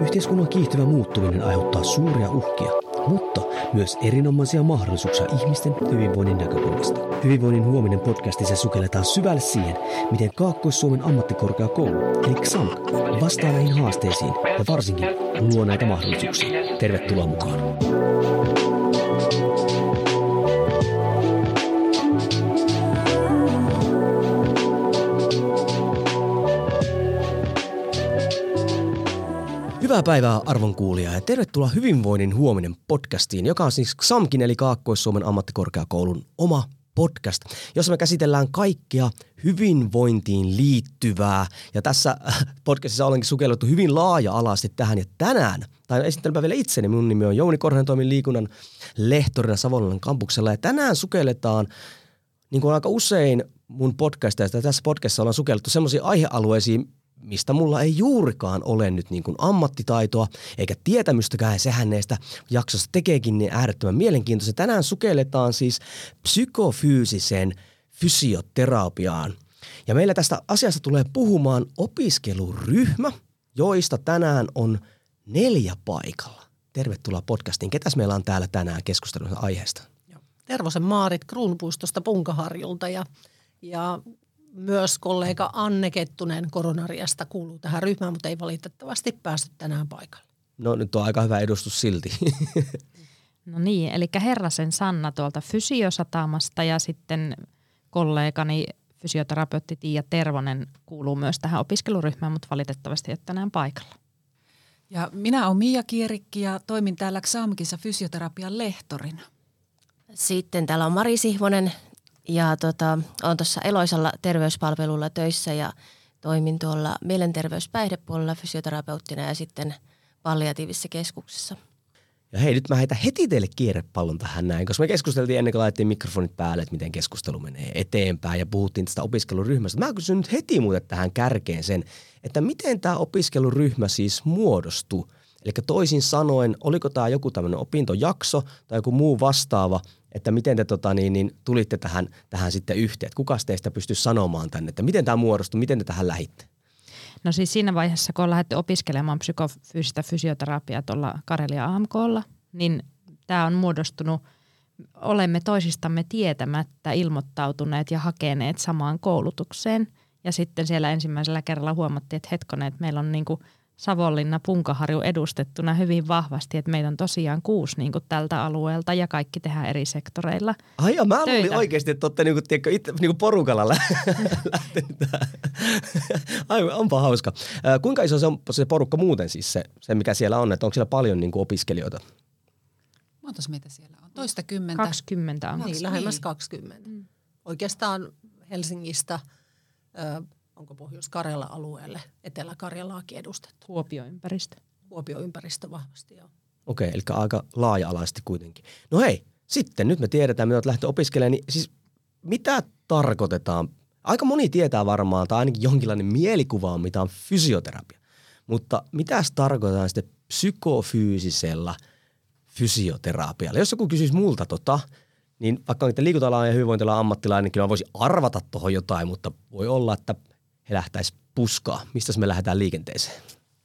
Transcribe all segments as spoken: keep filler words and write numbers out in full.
Yhteiskunnan kiihtyvä muuttuminen aiheuttaa suuria uhkia, mutta myös erinomaisia mahdollisuuksia ihmisten hyvinvoinnin näkökulmasta. Hyvinvoinnin huominen podcastissa sukelletaan syvälle siihen, miten Kaakkois-Suomen ammattikorkeakoulu, eli X A M K, vastaa näihin haasteisiin ja varsinkin luo näitä mahdollisuuksia. Tervetuloa mukaan! Hyvää päivää arvon kuulija ja tervetuloa Hyvinvoinnin huominen podcastiin, joka on siis X A M Kin eli Kaakkois-Suomen ammattikorkeakoulun oma podcast, jossa me käsitellään kaikkea hyvinvointiin liittyvää. Ja tässä podcastissa olenkin sukellettu hyvin laaja-alaisesti tähän ja tänään, tai esittelenpä vielä itseni, minun nimi on Jouni Korhonen, toimin liikunnan lehtorina Savonlinnan kampuksella ja tänään sukelletaan, niin kuin aika usein mun podcastista, tässä podcastissa ollaan sukellettu semmoisiin aihealueisiin, mistä mulla ei juurikaan ole nyt niin kuin ammattitaitoa eikä tietämystäkään, ja sehän näistä jaksosta tekeekin niin äärettömän mielenkiintoisen. Tänään sukelletaan siis psykofyysiseen fysioterapiaan. Ja meillä tästä asiasta tulee puhumaan opiskeluryhmä, joista tänään on neljä paikalla. Tervetuloa podcastiin. Ketäs meillä on täällä tänään keskustelussa aiheesta? Tervosen Maarit Kruunpuistosta Punkaharjulta ja, ja myös kollega Anne Kettunen Koronariasta kuuluu tähän ryhmään, mutta ei valitettavasti päässyt tänään paikalle. No nyt on aika hyvä edustus silti. No niin, eli Herrasen Sanna tuolta Fysiosatamasta ja sitten kollegani fysioterapeutti Tiia Tervonen kuuluu myös tähän opiskeluryhmään, mutta valitettavasti ei ole tänään paikalla. Ja minä olen Miia Kierikki ja toimin täällä X A M Kissa fysioterapian lehtorina. Sitten täällä on Mari Sihvonen. Ja tota, olen tuossa Eloisalla terveyspalvelulla töissä ja toimin tuolla mielenterveyspäihdepuolella fysioterapeuttina ja sitten palliatiivisessa keskuksessa. Ja hei, nyt mä heitän heti teille kierrepallon tähän näin, koska me keskusteltiin ennen kuin laitettiin mikrofonit päälle, että miten keskustelu menee eteenpäin ja puhuttiin tästä opiskeluryhmästä. Mä kysyn nyt heti muuten tähän kärkeen sen, että miten tämä opiskeluryhmä siis muodostui. Eli toisin sanoen, oliko tämä joku tämmöinen opintojakso tai joku muu vastaava, että miten te tota, niin, niin, tulitte tähän, tähän sitten yhteen? Kuka teistä pystyisi sanomaan tänne, että miten tämä muodostui, miten te tähän lähditte? No siis siinä vaiheessa, kun on lähdetty opiskelemaan psykofyysistä fysioterapiaa tuolla Karelia A M K:lla, niin tämä on muodostunut, olemme toisistamme tietämättä ilmoittautuneet ja hakeneet samaan koulutukseen. Ja sitten siellä ensimmäisellä kerralla huomattiin, että hetkonen, että meillä on niinku Savonlinna, Punkaharju edustettuna hyvin vahvasti, että meitä on tosiaan kuusi niin kuin tältä alueelta ja kaikki tehdään eri sektoreilla. Ai ja mä luulin oikeasti, että olette niinku, tiedätkö, itse, niinku porukalla lähtenyt tähän. Ai, onpa hauska. Äh, kuinka iso se on se porukka muuten siis se, se mikä siellä on, että onko siellä paljon niinku opiskelijoita? Montas meitä siellä on? Toista kymmentä. kaksikymmentä on. Niin, lähemmäs kaksikymmentä. Mm. Oikeastaan Helsingistä ö, onko Pohjois-Karjala alueelle, Etelä-Karjalaakin edustettu. Kuopio-ympäristö. Kuopio-ympäristö vahvasti, joo. Okei, eli aika laaja-alaisesti kuitenkin. No hei, sitten nyt me tiedetään, mitä olet lähtenyt opiskelemaan, niin siis mitä tarkoitetaan? Aika moni tietää varmaan, tai ainakin jonkinlainen mielikuva on, mitä on fysioterapia. Mutta mitäs tarkoitetaan sitten psykofyysisellä fysioterapialla? Jos joku kysyisi multa tota, niin vaikka onkin liikunta-alan ja hyvinvointialan ammattilainen, niin kyllä mä voisin arvata tuohon jotain, mutta voi olla, että he lähtäisi puskaa. Mistä me lähdetään liikenteeseen?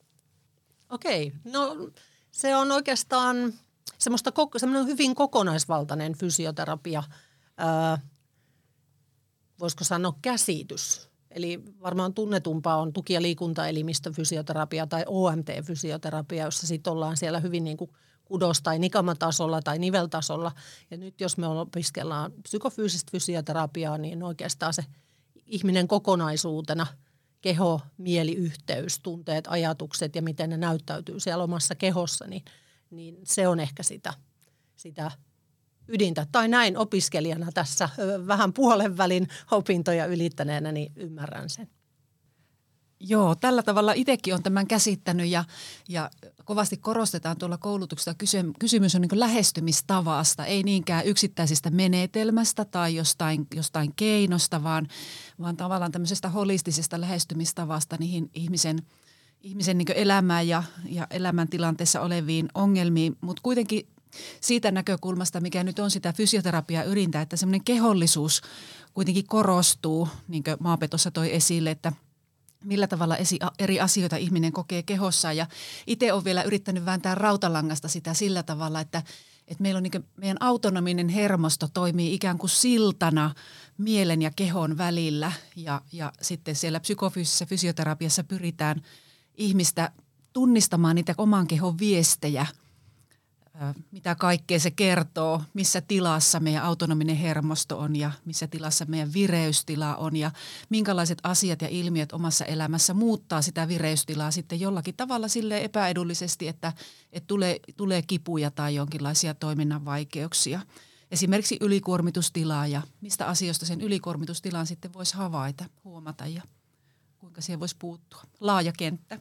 Okei, no se on oikeastaan semmoista, semmoinen hyvin kokonaisvaltainen fysioterapia, ää, voisiko sanoa käsitys. Eli varmaan tunnetumpaa on tuki- ja liikuntaelimistön-fysioterapia tai O M T-fysioterapia, jossa sitten ollaan siellä hyvin niin kuin kudos- tai nikamatasolla tai niveltasolla. Ja nyt jos me opiskellaan psykofyysistä fysioterapiaa, niin oikeastaan se ihminen kokonaisuutena, keho, mieli, yhteys, tunteet, ajatukset ja miten ne näyttäytyy siellä omassa kehossa, niin, niin se on ehkä sitä, sitä ydintä. Tai näin opiskelijana tässä vähän puolen välin opintoja ylittäneenä, niin ymmärrän sen. Joo, tällä tavalla itsekin olen tämän käsittänyt ja, ja kovasti korostetaan tuolla koulutuksessa. Kysymys on niin kuin lähestymistavasta, ei niinkään yksittäisestä menetelmästä tai jostain, jostain keinosta, vaan, vaan tavallaan tämmöisestä holistisesta lähestymistavasta niihin ihmisen, ihmisen niin kuin elämään ja, ja elämäntilanteessa oleviin ongelmiin, mutta kuitenkin siitä näkökulmasta, mikä nyt on sitä fysioterapiaa ydintä, että semmoinen kehollisuus kuitenkin korostuu, niin kuin Maape tuossa toi esille, että millä tavalla esi- eri asioita ihminen kokee kehossaan. Ja itse olen vielä yrittänyt vääntää rautalangasta sitä sillä tavalla, että, että meillä on niin kuin, meidän autonominen hermosto toimii ikään kuin siltana mielen ja kehon välillä. Ja, ja sitten siellä psykofyysisessä fysioterapiassa pyritään ihmistä tunnistamaan niitä oman kehon viestejä, mitä kaikkea se kertoo, missä tilassa meidän autonominen hermosto on ja missä tilassa meidän vireystila on ja minkälaiset asiat ja ilmiöt omassa elämässä muuttaa sitä vireystilaa sitten jollakin tavalla sille epäedullisesti, että, että tulee, tulee kipuja tai jonkinlaisia toiminnan vaikeuksia. Esimerkiksi ylikuormitustilaa ja mistä asioista sen ylikuormitustilan sitten voisi havaita, huomata ja kuinka siihen voisi puuttua. Laaja kenttä.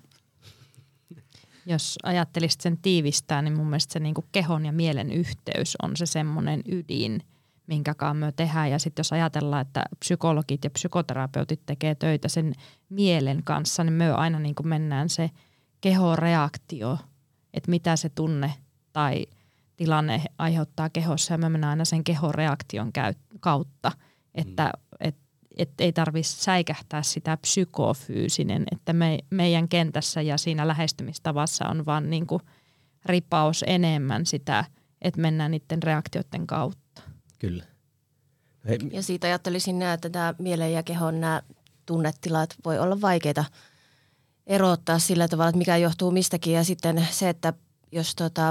Jos ajattelisit sen tiivistää, niin mun mielestä se niinku kehon ja mielen yhteys on se semmoinen ydin, minkäkaan me tehdään. Ja sitten jos ajatellaan, että psykologit ja psykoterapeutit tekee töitä sen mielen kanssa, niin me aina niinku mennään se kehoreaktio, että mitä se tunne tai tilanne aiheuttaa kehossa. Ja me mennään aina sen kehoreaktion kautta, että mm. et, et ei tarvitse säikähtää sitä psykofyysinen, että me, meidän kentässä ja siinä lähestymistavassa on vaan niinku ripaus enemmän sitä, että mennään niiden reaktioiden kautta. Kyllä. Hei. Ja siitä ajattelisin näin, että tämä mielen ja kehon nämä tunnetilat voi olla vaikeita erottaa sillä tavalla, että mikä johtuu mistäkin. Ja sitten se, että jos tota,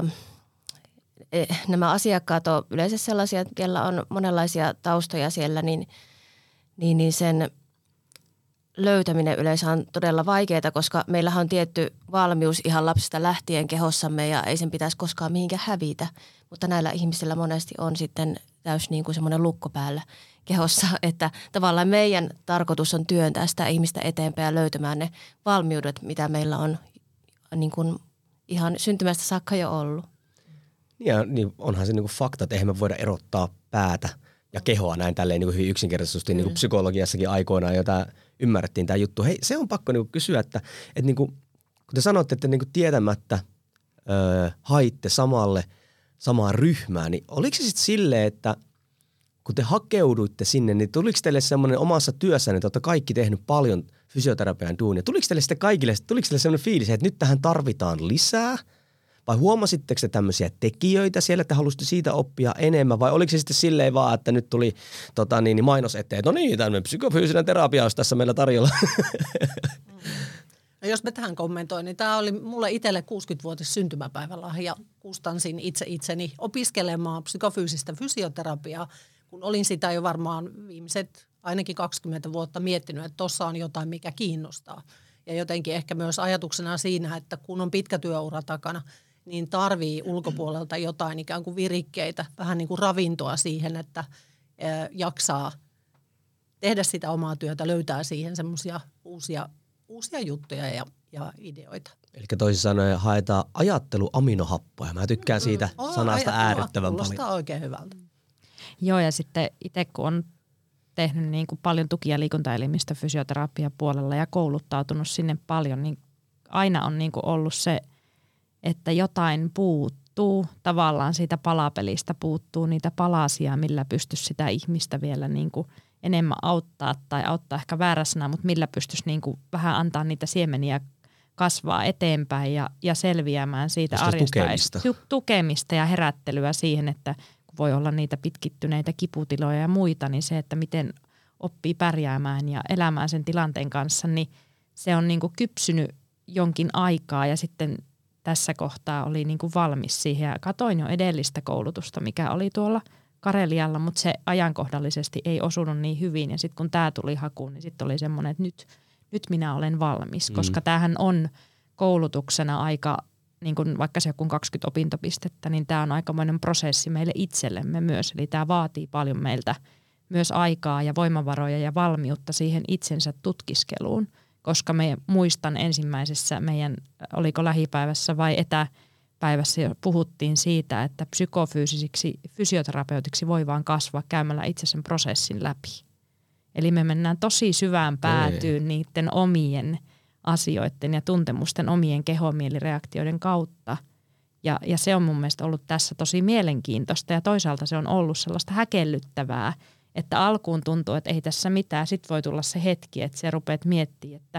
nämä asiakkaat on yleensä sellaisia, joilla on monenlaisia taustoja siellä, niin Niin, niin sen löytäminen yleensä on todella vaikeaa, koska meillähän on tietty valmius ihan lapsesta lähtien kehossamme ja ei sen pitäisi koskaan mihinkään hävitä. Mutta näillä ihmisillä monesti on sitten täys niin kuin semmoinen lukko päällä kehossa, että tavallaan meidän tarkoitus on työntää sitä ihmistä eteenpäin ja löytämään ne valmiudet, mitä meillä on niin kuin ihan syntymästä saakka jo ollut. Ja niin onhan se niin kuin fakta, että eihän me voida erottaa päätä ja kehoa näin tälleen niin kuin hyvin yksinkertaisesti niin kuin psykologiassakin aikoinaan, jota ymmärrettiin tämä juttu. Hei, se on pakko niin kuin kysyä, että, että niin kuin, kun te sanotte, että niin kuin tietämättä öö, haitte samalle, samaan ryhmään, niin oliko se sitten silleen, että kun te hakeuduitte sinne, niin tuliko teille semmoinen omassa työssänne, että olette kaikki tehnyt paljon fysioterapian duunia, tuliko teille sitten kaikille, tuliko teille semmoinen fiilis, että nyt tähän tarvitaan lisää? Vai huomasitteko te tämmöisiä tekijöitä siellä, että halusitte siitä oppia enemmän? Vai oliko se sitten silleen vaan, että nyt tuli tota, niin, mainos eteen, että no niin, tämmöinen psykofyysinen terapia olisi tässä meillä tarjolla? No jos mä tähän kommentoin, niin tämä oli mulle itselle kuusikymmenvuotis syntymäpäivälahja. Kustansin itse itseni opiskelemaan psykofyysistä fysioterapiaa, kun olin sitä jo varmaan viimeiset ainakin kaksikymmentä vuotta miettinyt, että tuossa on jotain, mikä kiinnostaa. Ja jotenkin ehkä myös ajatuksena siinä, että kun on pitkä työura takana, niin tarvii ulkopuolelta jotain ikään kuin virikkeitä, vähän niin kuin ravintoa siihen, että jaksaa tehdä sitä omaa työtä, löytää siihen semmoisia uusia, uusia juttuja ja, ja ideoita. Eli toisin sanoen haetaan ajatteluaminohappoja. Mä tykkään siitä mm, sanasta äärettömän paljon. Kuulostaa oikein hyvältä. Joo, ja sitten itse kun on tehnyt niin kuin paljon tuki- ja liikuntaelimistä fysioterapia puolella ja kouluttautunut sinne paljon, niin aina on niin kuin ollut se, että jotain puuttuu, tavallaan siitä palapelistä puuttuu niitä palasia, millä pystyisi sitä ihmistä vielä niin kuin enemmän auttaa tai auttaa ehkä väärä sana, mutta millä pystyisi niin kuin vähän antaa niitä siemeniä kasvaa eteenpäin ja, ja selviämään siitä Just arjesta. Tukemista. tukemista ja herättelyä siihen, että kun voi olla niitä pitkittyneitä kiputiloja ja muita, niin se, että miten oppii pärjäämään ja elämään sen tilanteen kanssa, niin se on niin kuin kypsynyt jonkin aikaa ja sitten tässä kohtaa oli niin kuin valmis siihen. Ja katoin jo edellistä koulutusta, mikä oli tuolla Karelialla, mutta se ajankohdallisesti ei osunut niin hyvin. Ja sitten kun tämä tuli hakuun, niin sitten oli semmoinen, että nyt, nyt minä olen valmis, mm. koska tämähän on koulutuksena aika, niin kuin vaikka se on kaksikymmentä opintopistettä, niin tämä on aikamoinen prosessi meille itsellemme myös. Eli tämä vaatii paljon meiltä myös aikaa ja voimavaroja ja valmiutta siihen itsensä tutkiskeluun. Koska me muistan ensimmäisessä meidän, oliko lähipäivässä vai etäpäivässä jo puhuttiin siitä, että psykofyysisiksi fysioterapeutiksi voi vaan kasvaa käymällä itse sen prosessin läpi. Eli me mennään tosi syvään päätyyn niiden omien asioiden ja tuntemusten omien kehomielireaktioiden kautta. Ja, ja se on mun mielestä ollut tässä tosi mielenkiintoista ja toisaalta se on ollut sellaista häkellyttävää, että alkuun tuntuu, että ei tässä mitään. Sitten voi tulla se hetki, että sä rupeat miettimään, että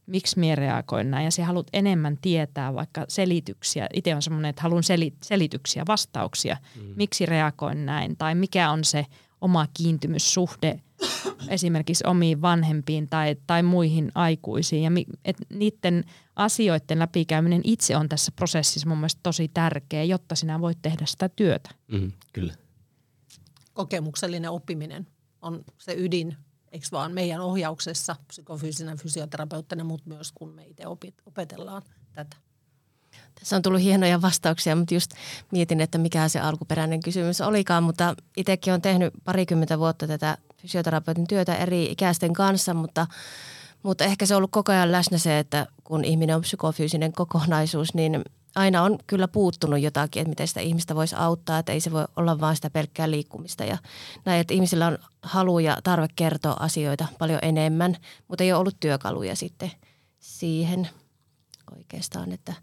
miksi minä reagoin näin ja sä haluat enemmän tietää vaikka selityksiä. Itse on semmoinen, että haluan seli- selityksiä, vastauksia, mm. miksi reagoin näin tai mikä on se oma kiintymyssuhde esimerkiksi omiin vanhempiin tai, tai muihin aikuisiin. Ja mi, et niiden asioiden läpikäyminen itse on tässä prosessissa mun mielestä tosi tärkeä, jotta sinä voit tehdä sitä työtä. Mm, kyllä. Kokemuksellinen oppiminen on se ydin, eikö vaan meidän ohjauksessa, psykofyysinä, fysioterapeuttina, mutta myös kun me itse opetellaan tätä. Tässä on tullut hienoja vastauksia, mutta just mietin, että mikä se alkuperäinen kysymys olikaan, mutta itsekin olen tehnyt parikymmentä vuotta tätä fysioterapeutin työtä eri ikäisten kanssa, mutta, mutta ehkä se on ollut koko ajan läsnä se, että kun ihminen on psykofyysinen kokonaisuus, niin aina on kyllä puuttunut jotakin, että miten sitä ihmistä voisi auttaa, että ei se voi olla vaan sitä pelkkää liikkumista ja näin, että ihmisillä on halu ja tarve kertoa asioita paljon enemmän, mutta ei ole ollut työkaluja sitten siihen oikeastaan, että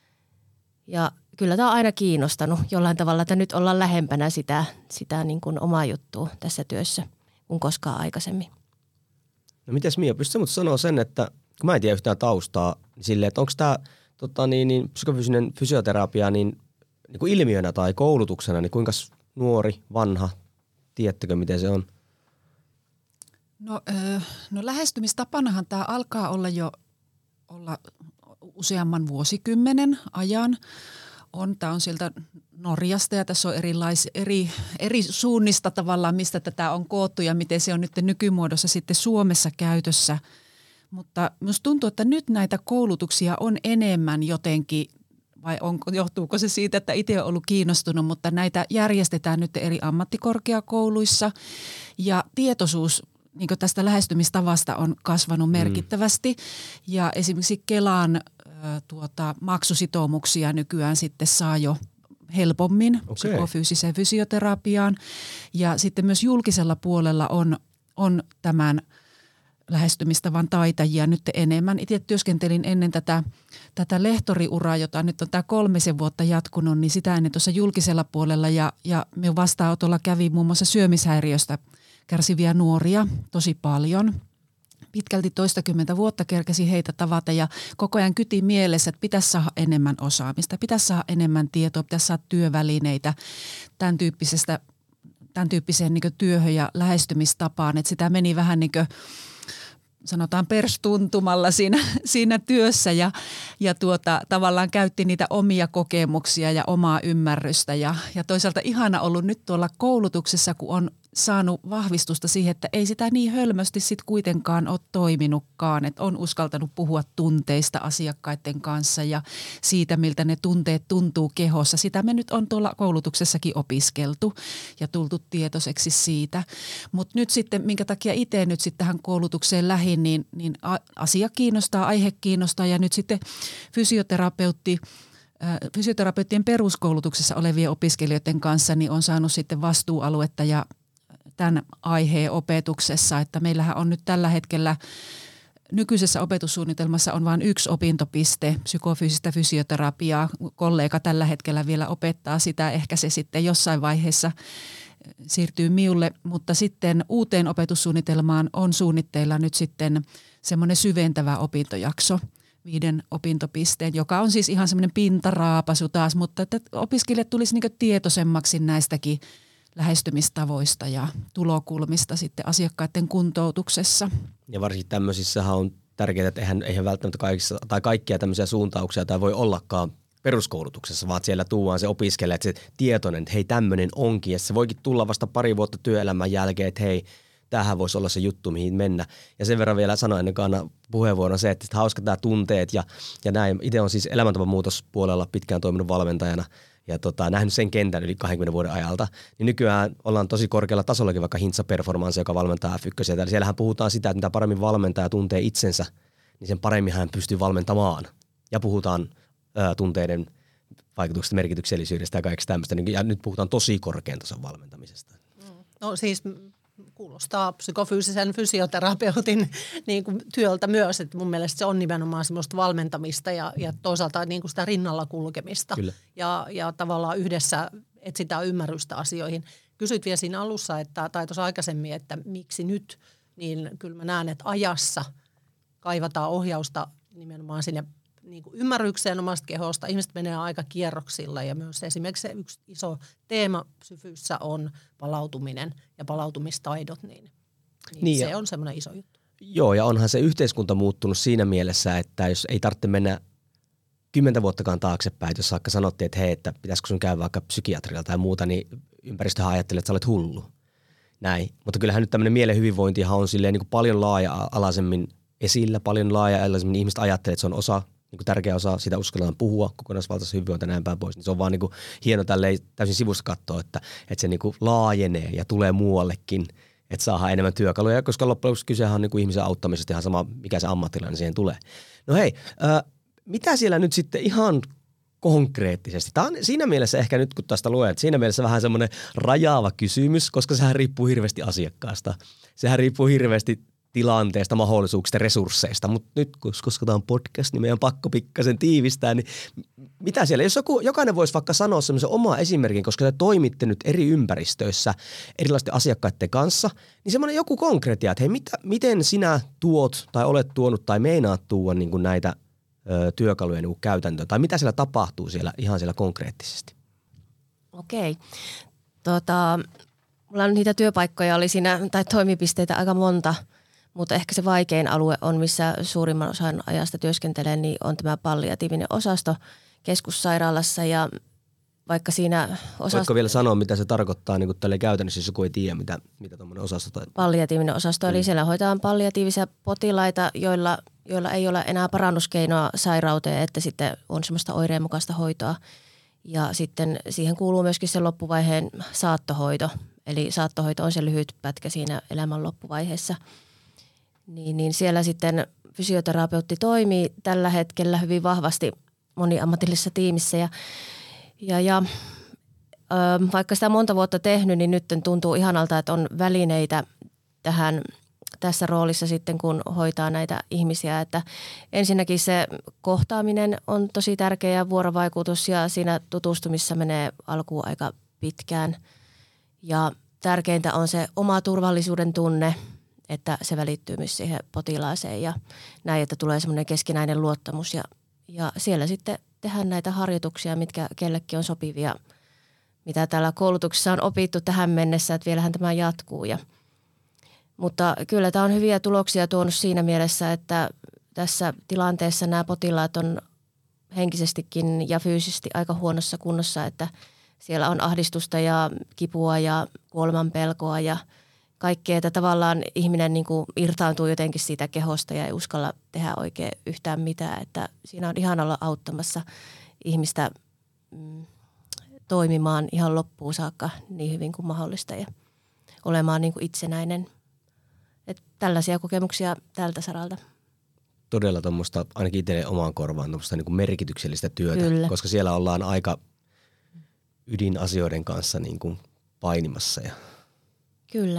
ja kyllä tämä on aina kiinnostanut jollain tavalla, että nyt ollaan lähempänä sitä, sitä niin kuin omaa juttua tässä työssä kuin koskaan aikaisemmin. No mites Mia, pystytkö mut sanoa sen, että kun mä en tiedä yhtään taustaa, niin silleen, että onko tämä tota, niin, niin, psykofyysinen fysioterapia niin, niin kuin ilmiönä tai koulutuksena, niin kuinka nuori, vanha, tiedättekö miten se on? No, öö, no lähestymistapanahan tämä alkaa olla jo olla useamman vuosikymmenen ajan. On, tämä on sieltä Norjasta ja tässä on erilais, eri, eri suunnista tavallaan, mistä tätä on koottu ja miten se on nyt nykymuodossa sitten Suomessa käytössä. Mutta minusta tuntuu, että nyt näitä koulutuksia on enemmän jotenkin, vai on, johtuuko se siitä, että itse olen ollut kiinnostunut, mutta näitä järjestetään nyt eri ammattikorkeakouluissa ja tietoisuus niin kuin tästä lähestymistavasta on kasvanut merkittävästi mm. ja esimerkiksi Kelan äh, tuota, maksusitoumuksia nykyään sitten saa jo helpommin okay. psykofyysiseen fysioterapiaan ja sitten myös julkisella puolella on, on tämän lähestymistavan taitajia nyt enemmän. Itse työskentelin ennen tätä, tätä lehtoriuraa, jota nyt on tämä kolmisen vuotta jatkunut, niin sitä ennen tuossa julkisella puolella ja, ja minun vastaanotolla kävi muun muassa syömishäiriöstä kärsiviä nuoria tosi paljon. Pitkälti toistakymmentä vuotta kerkesi heitä tavata ja koko ajan kyti mielessä, että pitäisi saada enemmän osaamista, pitäisi saada enemmän tietoa, pitäisi saada työvälineitä tämän tyyppisestä, tämän tyyppiseen niin kuin työhön ja lähestymistapaan. Että sitä meni vähän niin kuin sanotaan perstuntumalla siinä, siinä työssä ja, ja tuota, tavallaan käytti niitä omia kokemuksia ja omaa ymmärrystä. Ja, ja toisaalta ihana ollut nyt tuolla koulutuksessa, kun on saanut vahvistusta siihen, että ei sitä niin hölmösti sit kuitenkaan ole toiminutkaan. Että on uskaltanut puhua tunteista asiakkaiden kanssa ja siitä, miltä ne tunteet tuntuu kehossa. Sitä me nyt on tuolla koulutuksessakin opiskeltu ja tultu tietoiseksi siitä. Mutta nyt sitten, minkä takia itse nyt sitten tähän koulutukseen lähdin, niin, niin asia kiinnostaa, aihe kiinnostaa ja nyt sitten fysioterapeutti fysioterapeuttien peruskoulutuksessa olevien opiskelijoiden kanssa niin on saanut sitten vastuualuetta ja tämän aiheen opetuksessa, että meillähän on nyt tällä hetkellä nykyisessä opetussuunnitelmassa on vain yksi opintopiste psykofyysistä fysioterapiaa. Kollega tällä hetkellä vielä opettaa sitä, ehkä se sitten jossain vaiheessa siirtyy miulle, mutta sitten uuteen opetussuunnitelmaan on suunnitteilla nyt sitten semmoinen syventävä opintojakso viiden opintopisteen, joka on siis ihan semmoinen pintaraapasu taas, mutta että opiskelijat tulisi niin kuin tietoisemmaksi näistäkin lähestymistavoista ja tulokulmista sitten asiakkaiden kuntoutuksessa. Ja varsinkin tämmöisissähän on tärkeää, että eihän, eihän välttämättä kaikissa, tai kaikkia tämmöisiä suuntauksia tai voi ollakaan peruskoulutuksessa, vaan siellä tuodaan se opiskelija, että se tietoinen, että hei tämmöinen onkin, ja se voikin tulla vasta pari vuotta työelämän jälkeen, että hei, tämähän voisi olla se juttu, mihin mennä. Ja sen verran vielä sanoin ennen kuin puheenvuoron se, että hauska tämä tunteet ja, ja näin. Itse on siis elämäntapamuutospuolella pitkään toiminut valmentajana ja tota, nähnyt sen kentän yli kahdenkymmenen vuoden ajalta. Niin nykyään ollaan tosi korkealla tasollakin vaikka Hintsa Performance, joka valmentaa F yksi. Eli siellähän puhutaan sitä, että mitä paremmin valmentaja tuntee itsensä, niin sen paremmin hän pystyy valmentamaan. Ja puhutaan ää, tunteiden vaikutuksesta, merkityksellisyydestä ja kaikesta tämmöistä. Ja nyt puhutaan tosi korkean tason valmentamisesta. No siis kuulostaa psykofyysisen fysioterapeutin niin kuin työltä myös, että mun mielestä se on nimenomaan semmoista valmentamista ja, ja toisaalta niin kuin sitä rinnalla kulkemista. Ja, ja tavallaan yhdessä etsitään ymmärrystä asioihin. Kysyt vielä siinä alussa, että, tai tuossa aikaisemmin, että miksi nyt, niin kyllä mä näen, että ajassa kaivataan ohjausta nimenomaan sinne niin kuin ymmärrykseen omasta kehosta. Ihmiset menee aika kierroksilla ja myös esimerkiksi se yksi iso teema psyfyyssä on palautuminen ja palautumistaidot, niin, niin, niin se ja, on semmoinen iso juttu. Joo, ja onhan se yhteiskunta muuttunut siinä mielessä, että jos ei tarvitse mennä kymmentä vuottakaan taaksepäin, jos vaikka sanottiin, että hei, että pitäisikö sun käydä vaikka psykiatrilla tai muuta, niin ympäristöhän ajattelee, että sä olet hullu. Näin. Mutta kyllähän nyt tämmöinen mielen hyvinvointihan on silleen niin kuin paljon laaja-alaisemmin esillä, paljon laaja-alaisemmin ihmiset ajattelee, että se on osa, niin kuin tärkeä osa, sitä uskallaan puhua, kokonaisvaltaisesta hyvinvointia näin päin pois. Niin se on vaan niin kuin hieno tälleen täysin sivusta katsoa, että, että se niin kuin laajenee ja tulee muuallekin, että saadaan enemmän työkaluja, koska loppujen lopuksi kysehän on niin kuin ihmisen auttamisesta ihan sama, mikä se ammattilainen siihen tulee. No hei, äh, mitä siellä nyt sitten ihan konkreettisesti? Tämä on siinä mielessä ehkä nyt, kun tästä luen, että siinä mielessä vähän semmoinen rajaava kysymys, koska sehän riippuu hirveästi asiakkaasta. Sehän riippuu hirveästi tilanteesta, mahdollisuuksista, resursseista, mutta nyt koska tämä on podcast, niin meidän on pakko pikkasen tiivistää, niin mitä siellä? Jos joku, jokainen voisi vaikka sanoa semmoisen oma esimerkin, koska te toimitte nyt eri ympäristöissä erilaisten asiakkaiden kanssa, niin semmoinen joku konkreettia, että hei, mitä, miten sinä tuot tai olet tuonut tai meinaat tuoda niin kuin näitä ö, työkaluja niin kuin käytäntöön, tai mitä siellä tapahtuu siellä ihan siellä konkreettisesti? Okei. Tota, mulla niitä työpaikkoja oli siinä, tai toimipisteitä aika monta, mutta ehkä se vaikein alue on, missä suurimman osan ajasta työskentelen, niin on tämä palliatiivinen osasto keskussairaalassa ja vaikka siinä osasto... Voitko vielä sanoa, mitä se tarkoittaa niin tälle käytännössä, jos joku ei tiedä, mitä, mitä tuommoinen osasto tai... Palliatiivinen osasto, mm. eli siellä hoitaan palliatiivisia potilaita, joilla, joilla ei ole enää parannuskeinoa sairauteen, että sitten on semmoista oireenmukaista hoitoa. Ja sitten siihen kuuluu myöskin se loppuvaiheen saattohoito, eli saattohoito on se lyhyt pätkä siinä elämän loppuvaiheessa. Niin, niin siellä sitten fysioterapeutti toimii tällä hetkellä hyvin vahvasti moniammatillisessa tiimissä ja, ja, ja ö, vaikka sitä monta vuotta tehnyt, niin nyt tuntuu ihanalta, että on välineitä tähän tässä roolissa sitten, kun hoitaa näitä ihmisiä. Että ensinnäkin se kohtaaminen on tosi tärkeä vuorovaikutus ja siinä tutustumissa menee alkuun aika pitkään ja tärkeintä on se oma turvallisuuden tunne, että se välittyy myös siihen potilaaseen ja näin, että tulee semmoinen keskinäinen luottamus ja, ja siellä sitten tehdään näitä harjoituksia, mitkä kellekin on sopivia, mitä täällä koulutuksessa on opittu tähän mennessä, että vielähän tämä jatkuu. Ja, mutta kyllä tämä on hyviä tuloksia tuonut siinä mielessä, että tässä tilanteessa nämä potilaat on henkisestikin ja fyysisesti aika huonossa kunnossa, että siellä on ahdistusta ja kipua ja kuoleman pelkoa ja kaikkea, että tavallaan ihminen niin kuin irtaantuu jotenkin siitä kehosta ja ei uskalla tehdä oikein yhtään mitään. Että siinä on ihan olla auttamassa ihmistä mm, toimimaan ihan loppuun saakka niin hyvin kuin mahdollista ja olemaan niin kuin itsenäinen. Että tällaisia kokemuksia tältä saralta. Todella tuommoista, ainakin itselle omaan korvaan, tuommoista niin kuin merkityksellistä työtä, Kyllä. koska siellä ollaan aika ydinasioiden kanssa niin kuin painimassa. Ja... Kyllä.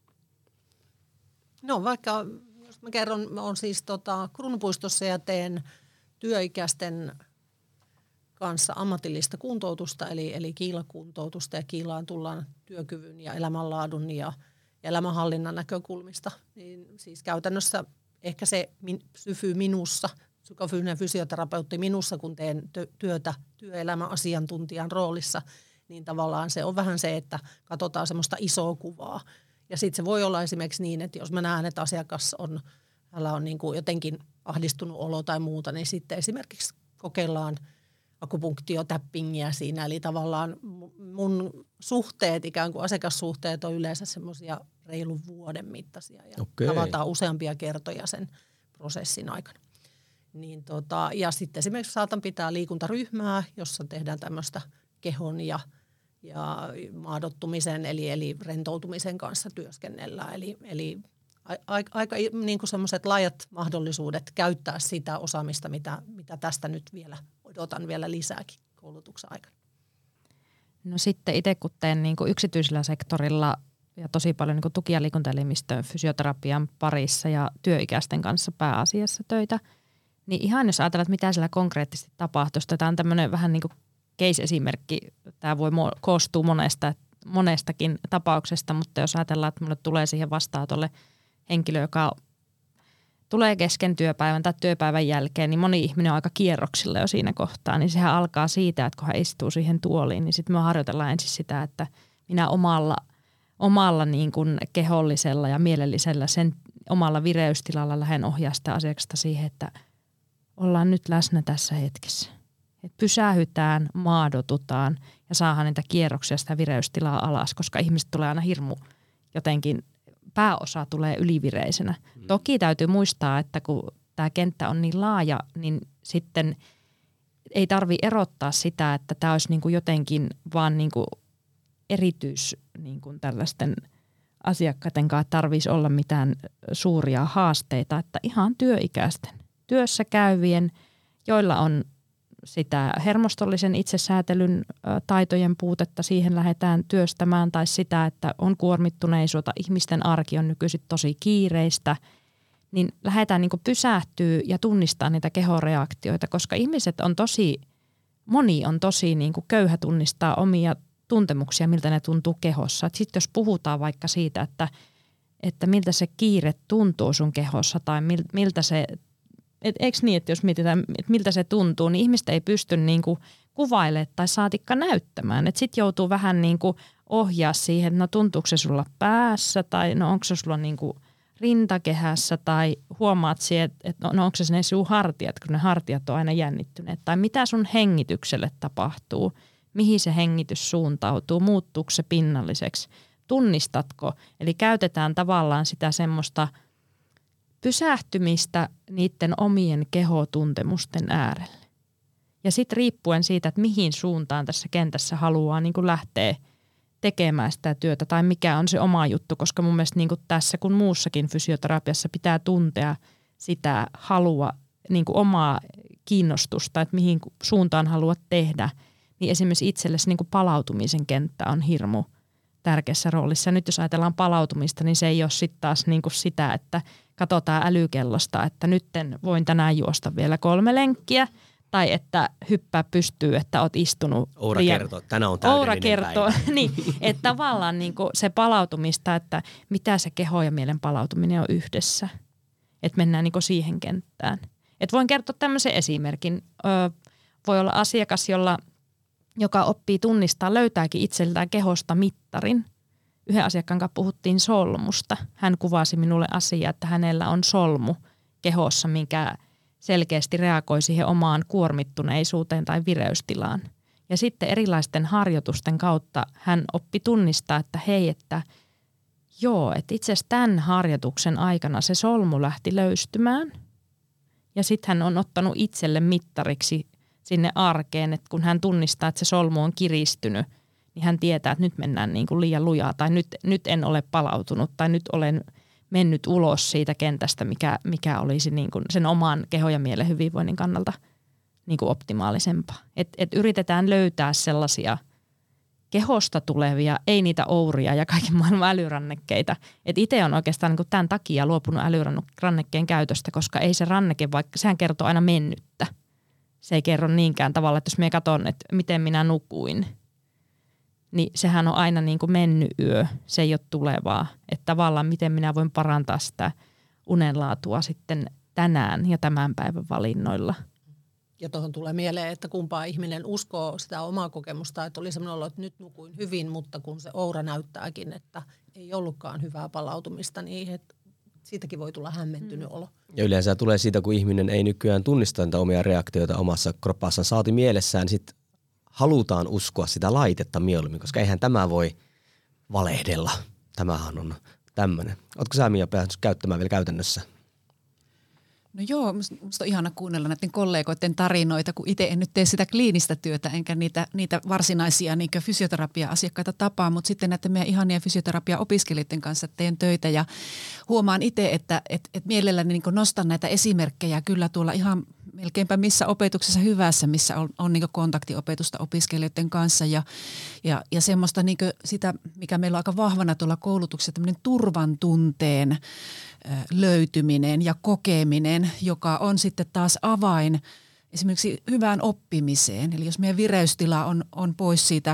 No vaikka, jos mä kerron, olen siis tota, Kruunupuistossa ja teen työikäisten kanssa ammatillista kuntoutusta, eli, eli kiilakuntoutusta ja kiilaan tullaan työkyvyn ja elämänlaadun ja, ja elämänhallinnan näkökulmista. Niin siis käytännössä ehkä se min, syfyy minussa, psykofyysinen fysioterapeutti minussa, kun teen tö, työtä työelämän asiantuntijan roolissa, niin tavallaan se on vähän se, että katsotaan semmoista isoa kuvaa. Ja sitten se voi olla esimerkiksi niin, että jos mä näen, että asiakas on, hänellä on niin kuin jotenkin ahdistunut olo tai muuta, niin sitten esimerkiksi kokeillaan akupunktiotappingia siinä. Eli tavallaan mun suhteet, ikään kuin asiakassuhteet on yleensä semmoisia reilun vuoden mittaisia ja okay. tavataan useampia kertoja sen prosessin aikana. Niin tota, ja sitten esimerkiksi saatan pitää liikuntaryhmää, jossa tehdään tämmöistä kehon ja ja maadottumisen eli, eli rentoutumisen kanssa työskennellään. Eli, eli aika, aika niin kuin semmoiset laajat mahdollisuudet käyttää sitä osaamista, mitä, mitä tästä nyt vielä odotan vielä lisääkin koulutuksen aikana. No sitten itse kun teen niin kuin yksityisellä sektorilla ja tosi paljon niin kuin tuki- ja liikuntaelimistön fysioterapian parissa ja työikäisten kanssa pääasiassa töitä, niin ihan jos ajatellaan, että mitä siellä konkreettisesti tapahtuu, tämä on tämmöinen vähän niin kuin case-esimerkki, tämä voi koostua monesta, monestakin tapauksesta, mutta jos ajatellaan, että minulle tulee siihen vastaanotolle henkilö, joka tulee kesken työpäivän tai työpäivän jälkeen, niin moni ihminen on aika kierroksilla jo siinä kohtaa. Niin sehän alkaa siitä, että kun hän istuu siihen tuoliin, niin sitten me harjoitellaan ensin sitä, että minä omalla, omalla niin kuin kehollisella ja mielellisellä sen omalla vireystilalla lähden ohjaa sitä asiakasta siihen, että ollaan nyt läsnä tässä hetkessä. Et pysähytään, maadotutaan ja saadaan niitä kierroksia sitä vireystilaa alas, koska ihmiset tulee aina hirmu jotenkin, pääosa tulee ylivireisenä. Mm. Toki täytyy muistaa, että kun tämä kenttä on niin laaja, niin sitten ei tarvitse erottaa sitä, että tämä olisi niin kuin jotenkin vaan niin kuin erityis niin kuin tällaisten asiakkaiden kanssa tarvitsisi olla mitään suuria haasteita, että ihan työikäisten, työssä käyvien, joilla on sitä hermostollisen itsesäätelyn taitojen puutetta, siihen lähdetään työstämään, tai sitä, että on kuormittuneisuutta, ihmisten arki on nykyisin tosi kiireistä, niin lähdetään niin kuin pysähtyä ja tunnistaa niitä kehoreaktioita, koska ihmiset on tosi, moni on tosi niin kuin köyhä tunnistaa omia tuntemuksia, miltä ne tuntuu kehossa. Sitten jos puhutaan vaikka siitä, että, että miltä se kiire tuntuu sun kehossa tai miltä se, et eikö niin, että jos mietitään, että miltä se tuntuu, niin ihmiset ei pysty niinku kuvailemaan tai saatikka näyttämään. Sitten joutuu vähän niinku ohjaa siihen, että no tuntuuko se sulla päässä tai no onko se sulla niinku rintakehässä tai huomaat siihen, että no onko se ne sinun hartiat, kun ne hartiat on aina jännittyneet. Tai mitä sun hengitykselle tapahtuu, mihin se hengitys suuntautuu, muuttuuko se pinnalliseksi, tunnistatko. Eli käytetään tavallaan sitä semmoista pysähtymistä niiden omien kehotuntemusten äärelle. Ja sitten riippuen siitä, että mihin suuntaan tässä kentässä haluaa niin kuin lähteä tekemään sitä työtä tai mikä on se oma juttu, koska mun mielestä niin kuin tässä kuin muussakin fysioterapiassa pitää tuntea sitä halua, niin kuin omaa kiinnostusta, että mihin suuntaan haluat tehdä, niin esimerkiksi itsellesi niin kuin palautumisen kenttä on hirmu tärkeässä roolissa. Ja nyt jos ajatellaan palautumista, niin se ei ole sitten taas niin kuin sitä, että katsotaan älykellosta, että nytten voin tänään juosta vielä kolme lenkkiä, tai että hyppää pystyy, että oot istunut. Oura liian... kertoo, tänään on täydellinen Oura kertoo, päivä. niin, että tavallaan niin kuin se palautumista, että mitä se keho ja mielen palautuminen on yhdessä. Että mennään niin kuin siihen kenttään. Että voin kertoa tämmöisen esimerkin. Öö, voi olla asiakas, jolla, joka oppii tunnistaa, löytääkin itseltään kehosta mittarin. Yhden asiakkaan kanssa puhuttiin solmusta. Hän kuvasi minulle asiaa, että hänellä on solmu kehossa, minkä selkeästi reagoi siihen omaan kuormittuneisuuteen tai vireystilaan. Ja sitten erilaisten harjoitusten kautta hän oppi tunnistaa, että hei, että joo, että itse asiassa tämän harjoituksen aikana se solmu lähti löystymään. Ja sitten hän on ottanut itselle mittariksi sinne arkeen, että kun hän tunnistaa, että se solmu on kiristynyt, niin hän tietää, että nyt mennään niin kuin liian lujaa tai nyt, nyt en ole palautunut tai nyt olen mennyt ulos siitä kentästä, mikä, mikä olisi niin kuin sen oman kehon ja mielen hyvinvoinnin kannalta niin kuin optimaalisempaa. Et, et yritetään löytää sellaisia kehosta tulevia, ei niitä ouria ja kaiken maailman älyrannekkeita. Et itse on oikeastaan niin kuin tämän takia luopunut älyrannekkeen käytöstä, koska ei se ranneke, vaikka sehän kertoo aina mennyttä. Se ei kerro niinkään tavalla, että jos minä katson, että miten minä nukuin, niin sehän on aina niin kuin mennyt yö, se ei ole tulevaa. Että tavallaan miten minä voin parantaa sitä unenlaatua sitten tänään ja tämän päivän valinnoilla. Ja tuohon tulee mieleen, että kumpaa ihminen uskoo sitä omaa kokemusta, että oli sellainen olo, että nyt nukuin hyvin, mutta kun se oura näyttääkin, että ei ollutkaan hyvää palautumista, niin että siitäkin voi tulla hämmentynyt olo. Ja yleensä tulee siitä, kun ihminen ei nykyään tunnista niitä omia reaktioita omassa kroppassaan, saati mielessään, sitten halutaan uskoa sitä laitetta mieluummin, koska eihän tämä voi valehdella. Tämähän on tämmöinen. Ootko sä, Mia, päässyt käyttämään vielä käytännössä? No joo, musta on ihana kuunnella näiden kollegoiden tarinoita, kun itse en nyt tee sitä kliinistä työtä, enkä niitä, niitä varsinaisia niin fysioterapia-asiakkaita tapaa, mutta sitten näiden meidän ihania fysioterapia-opiskelijoiden kanssa teen töitä ja huomaan itse, että et, et mielelläni niin nostan näitä esimerkkejä kyllä tuolla ihan melkeinpä missä opetuksessa hyvässä, missä on, on niin kontaktiopetusta opiskelijoiden kanssa ja, ja, ja semmoista niin sitä, mikä meillä on aika vahvana tuolla koulutuksessa, tämmöinen turvan tunteen löytyminen ja kokeminen, joka on sitten taas avain esimerkiksi hyvään oppimiseen. Eli jos meidän vireystila on, on pois siitä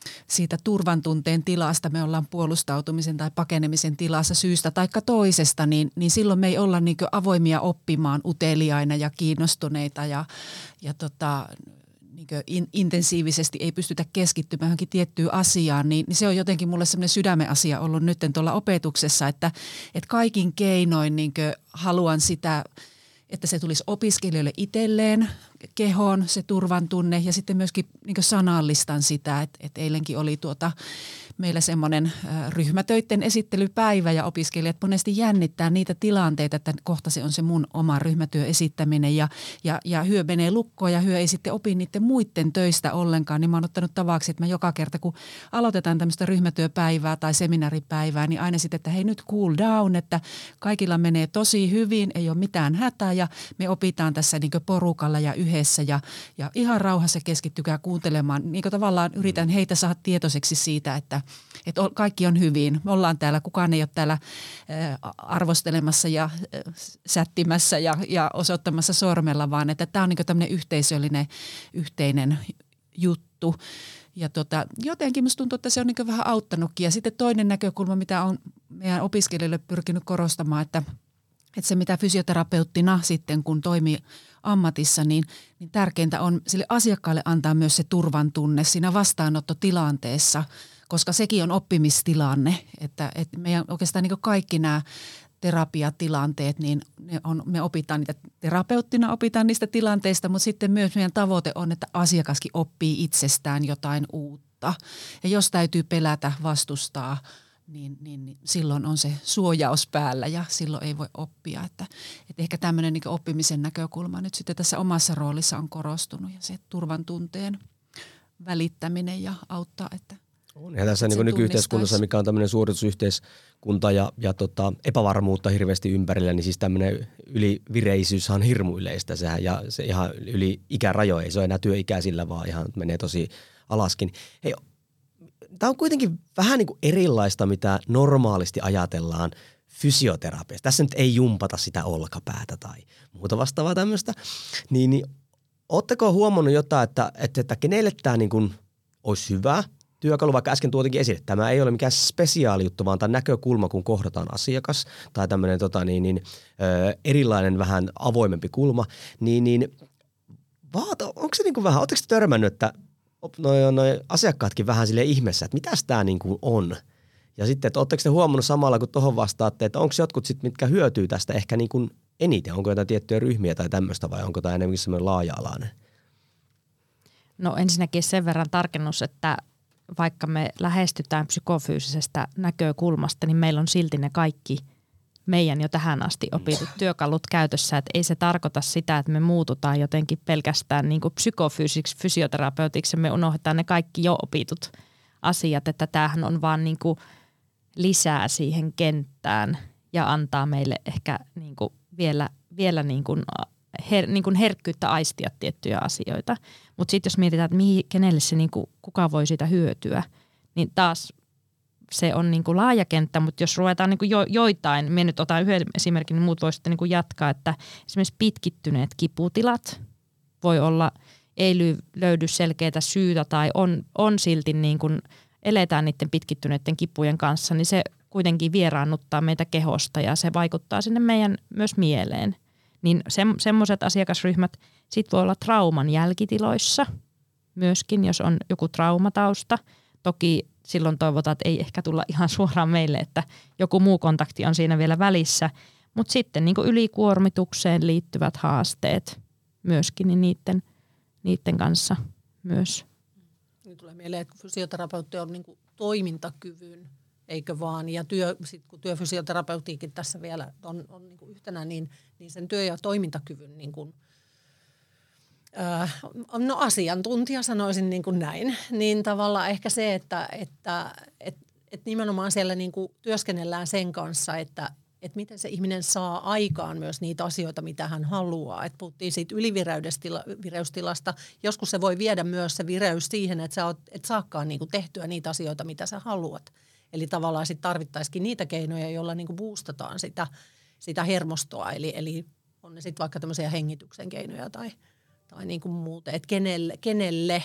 siitä turvantunteen tilasta, me ollaan puolustautumisen tai pakenemisen tilassa syystä tai toisesta, niin, niin silloin me ei olla niin kuin avoimia oppimaan, uteliaina ja kiinnostuneita ja, ja tota, niin kuin in, intensiivisesti ei pystytä keskittymään johonkin tiettyyn asiaan, niin, niin se on jotenkin mulle semmoinen sydämen asia ollut nyt tuolla opetuksessa, että, että kaikin keinoin niin kuin haluan sitä, että se tulisi opiskelijoille itselleen kehoon, se turvan tunne ja sitten myöskin niin kuin sanallistan sitä, että, että eilenkin oli tuota meillä semmoinen ryhmätöiden esittelypäivä ja opiskelijat monesti jännittää niitä tilanteita, että kohta se on se mun oma ryhmätyö esittäminen ja, ja, ja hyö menee lukkoon ja hyö ei sitten opi niiden muiden töistä ollenkaan, niin mä oon ottanut tavaksi, että mä joka kerta kun aloitetaan tämmöistä ryhmätyöpäivää tai seminaaripäivää, niin aina sitten, että hei nyt cool down, että kaikilla menee tosi hyvin, ei ole mitään hätää ja me opitaan tässä niin kuin porukalla ja yhdessä ja, ja ihan rauhassa keskittykää kuuntelemaan, niin kuin tavallaan yritän heitä saada tietoiseksi siitä, että että kaikki on hyvin. Me ollaan täällä, kukaan ei ole täällä arvostelemassa ja sättimässä ja, ja osoittamassa sormella, vaan että tämä on niin kuin tämmöinen yhteisöllinen, yhteinen juttu. Ja tota, jotenkin musta tuntuu, että se on niin kuin vähän auttanutkin. Ja sitten toinen näkökulma, mitä on meidän opiskelijoille pyrkinyt korostamaan, että, että se mitä fysioterapeuttina sitten, kun toimii ammatissa, niin, niin tärkeintä on sille asiakkaalle antaa myös se turvan tunne siinä vastaanottotilanteessa, koska sekin on oppimistilanne, että, että meidän oikeastaan niin kaikki nämä terapiatilanteet, niin ne on, me opitaan niitä terapeuttina, opitaan niistä tilanteista, mutta sitten myös meidän tavoite on, että asiakaskin oppii itsestään jotain uutta. Ja jos täytyy pelätä, vastustaa, niin, niin, niin silloin on se suojaus päällä ja silloin ei voi oppia. Että, että ehkä tämmöinen niin oppimisen näkökulma nyt sitten tässä omassa roolissa on korostunut ja se turvan tunteen välittäminen ja auttaa, että on. Ja tässä niin nykyyhteiskunnassa, mikä on tämmöinen suoritusyhteiskunta ja, ja tota, epävarmuutta hirveästi ympärillä, niin siis tämmöinen ylivireisyys on hirmu yleistä. Sehän, ja se ihan yli ikärajoja, ei se ole enää työikäisillä, vaan ihan menee tosi alaskin. Hei, tämä on kuitenkin vähän niin kuin erilaista, mitä normaalisti ajatellaan fysioterapiasta. Tässä nyt ei jumpata sitä olkapäätä tai muuta vastaavaa tämmöistä. Niin, niin ootteko huomannut jotain, että, että, että kenelle tämä niin kuin olisi hyvä työkalu, vaikka äsken tuotinkin esille. Tämä ei ole mikään spesiaali juttu, vaan tämä näkökulma, kun kohdataan asiakas tai tämmöinen tota, niin, niin, ö, erilainen vähän avoimempi kulma, niin, niin vaata, onko se niin kuin vähän, ootteko te törmännyt, että noin noi asiakkaatkin vähän silleen ihmeessä, että mitäs tämä niin kuin on? Ja sitten, että ootteko te huomannut samalla, kun tuohon vastaatte, että onko jotkut sitten, mitkä hyötyy tästä ehkä niin kuin eniten? Onko jotain tiettyjä ryhmiä tai tämmöistä vai onko tämä enemmänkin semmoinen laaja-alainen? No ensinnäkin sen verran tarkennus, että vaikka me lähestytään psykofyysisestä näkökulmasta, niin meillä on silti ne kaikki meidän jo tähän asti opitut työkalut käytössä. Että ei se tarkoita sitä, että me muututaan jotenkin pelkästään niin kuin psykofyysiksi fysioterapeutiksi ja me unohdetaan ne kaikki jo opitut asiat. Että tämähän on vaan niin kuin lisää siihen kenttään ja antaa meille ehkä niin kuin vielä, vielä niin kuin Her, niin kuin herkkyyttä aistia tiettyjä asioita. Mutta sitten jos mietitään, että mihin, kenelle se, niin kuin, kuka voi siitä hyötyä, niin taas se on niin kuin laaja kenttä, mutta jos ruvetaan niin kuin jo, joitain, minä nyt otan yhden esimerkin, niin muut voi sitten niin kuin jatkaa, että esimerkiksi pitkittyneet kiputilat voi olla, ei löydy selkeää syytä tai on, on silti niin kuin eletään niiden pitkittyneiden kipujen kanssa, niin se kuitenkin vieraannuttaa meitä kehosta ja se vaikuttaa sinne meidän myös mieleen. Niin se, semmoiset asiakasryhmät sit voi olla trauman jälkitiloissa myöskin, jos on joku traumatausta. Toki silloin toivotaan, että ei ehkä tulla ihan suoraan meille, että joku muu kontakti on siinä vielä välissä. Mutta sitten niin kuin ylikuormitukseen liittyvät haasteet myöskin, niin niiden, niiden kanssa myös. Nyt tulee mieleen, että fysioterapeutti on niin kuin toimintakyvyn, eikö vaan, ja työ, sit kun työfysioterapeutiikin tässä vielä on, on niin kuin yhtenä, niin, niin sen työ- ja toimintakyvyn niin kuin, äh, no asiantuntija sanoisin niin kuin näin, niin tavallaan ehkä se, että, että et, et nimenomaan siellä niin kuin työskennellään sen kanssa, että et miten se ihminen saa aikaan myös niitä asioita, mitä hän haluaa. Et puhuttiin siitä ylivireystilasta. Joskus se voi viedä myös se vireys siihen, että sä oot, et saakaan niin kuin tehtyä niitä asioita, mitä sä haluat. Eli tavallaan sitten tarvittaisikin niitä keinoja, joilla niinku boostataan sitä, sitä hermostoa. Eli, eli on ne sitten vaikka tämmöisiä hengityksen keinoja tai, tai niinku muuta. Että kenelle, kenelle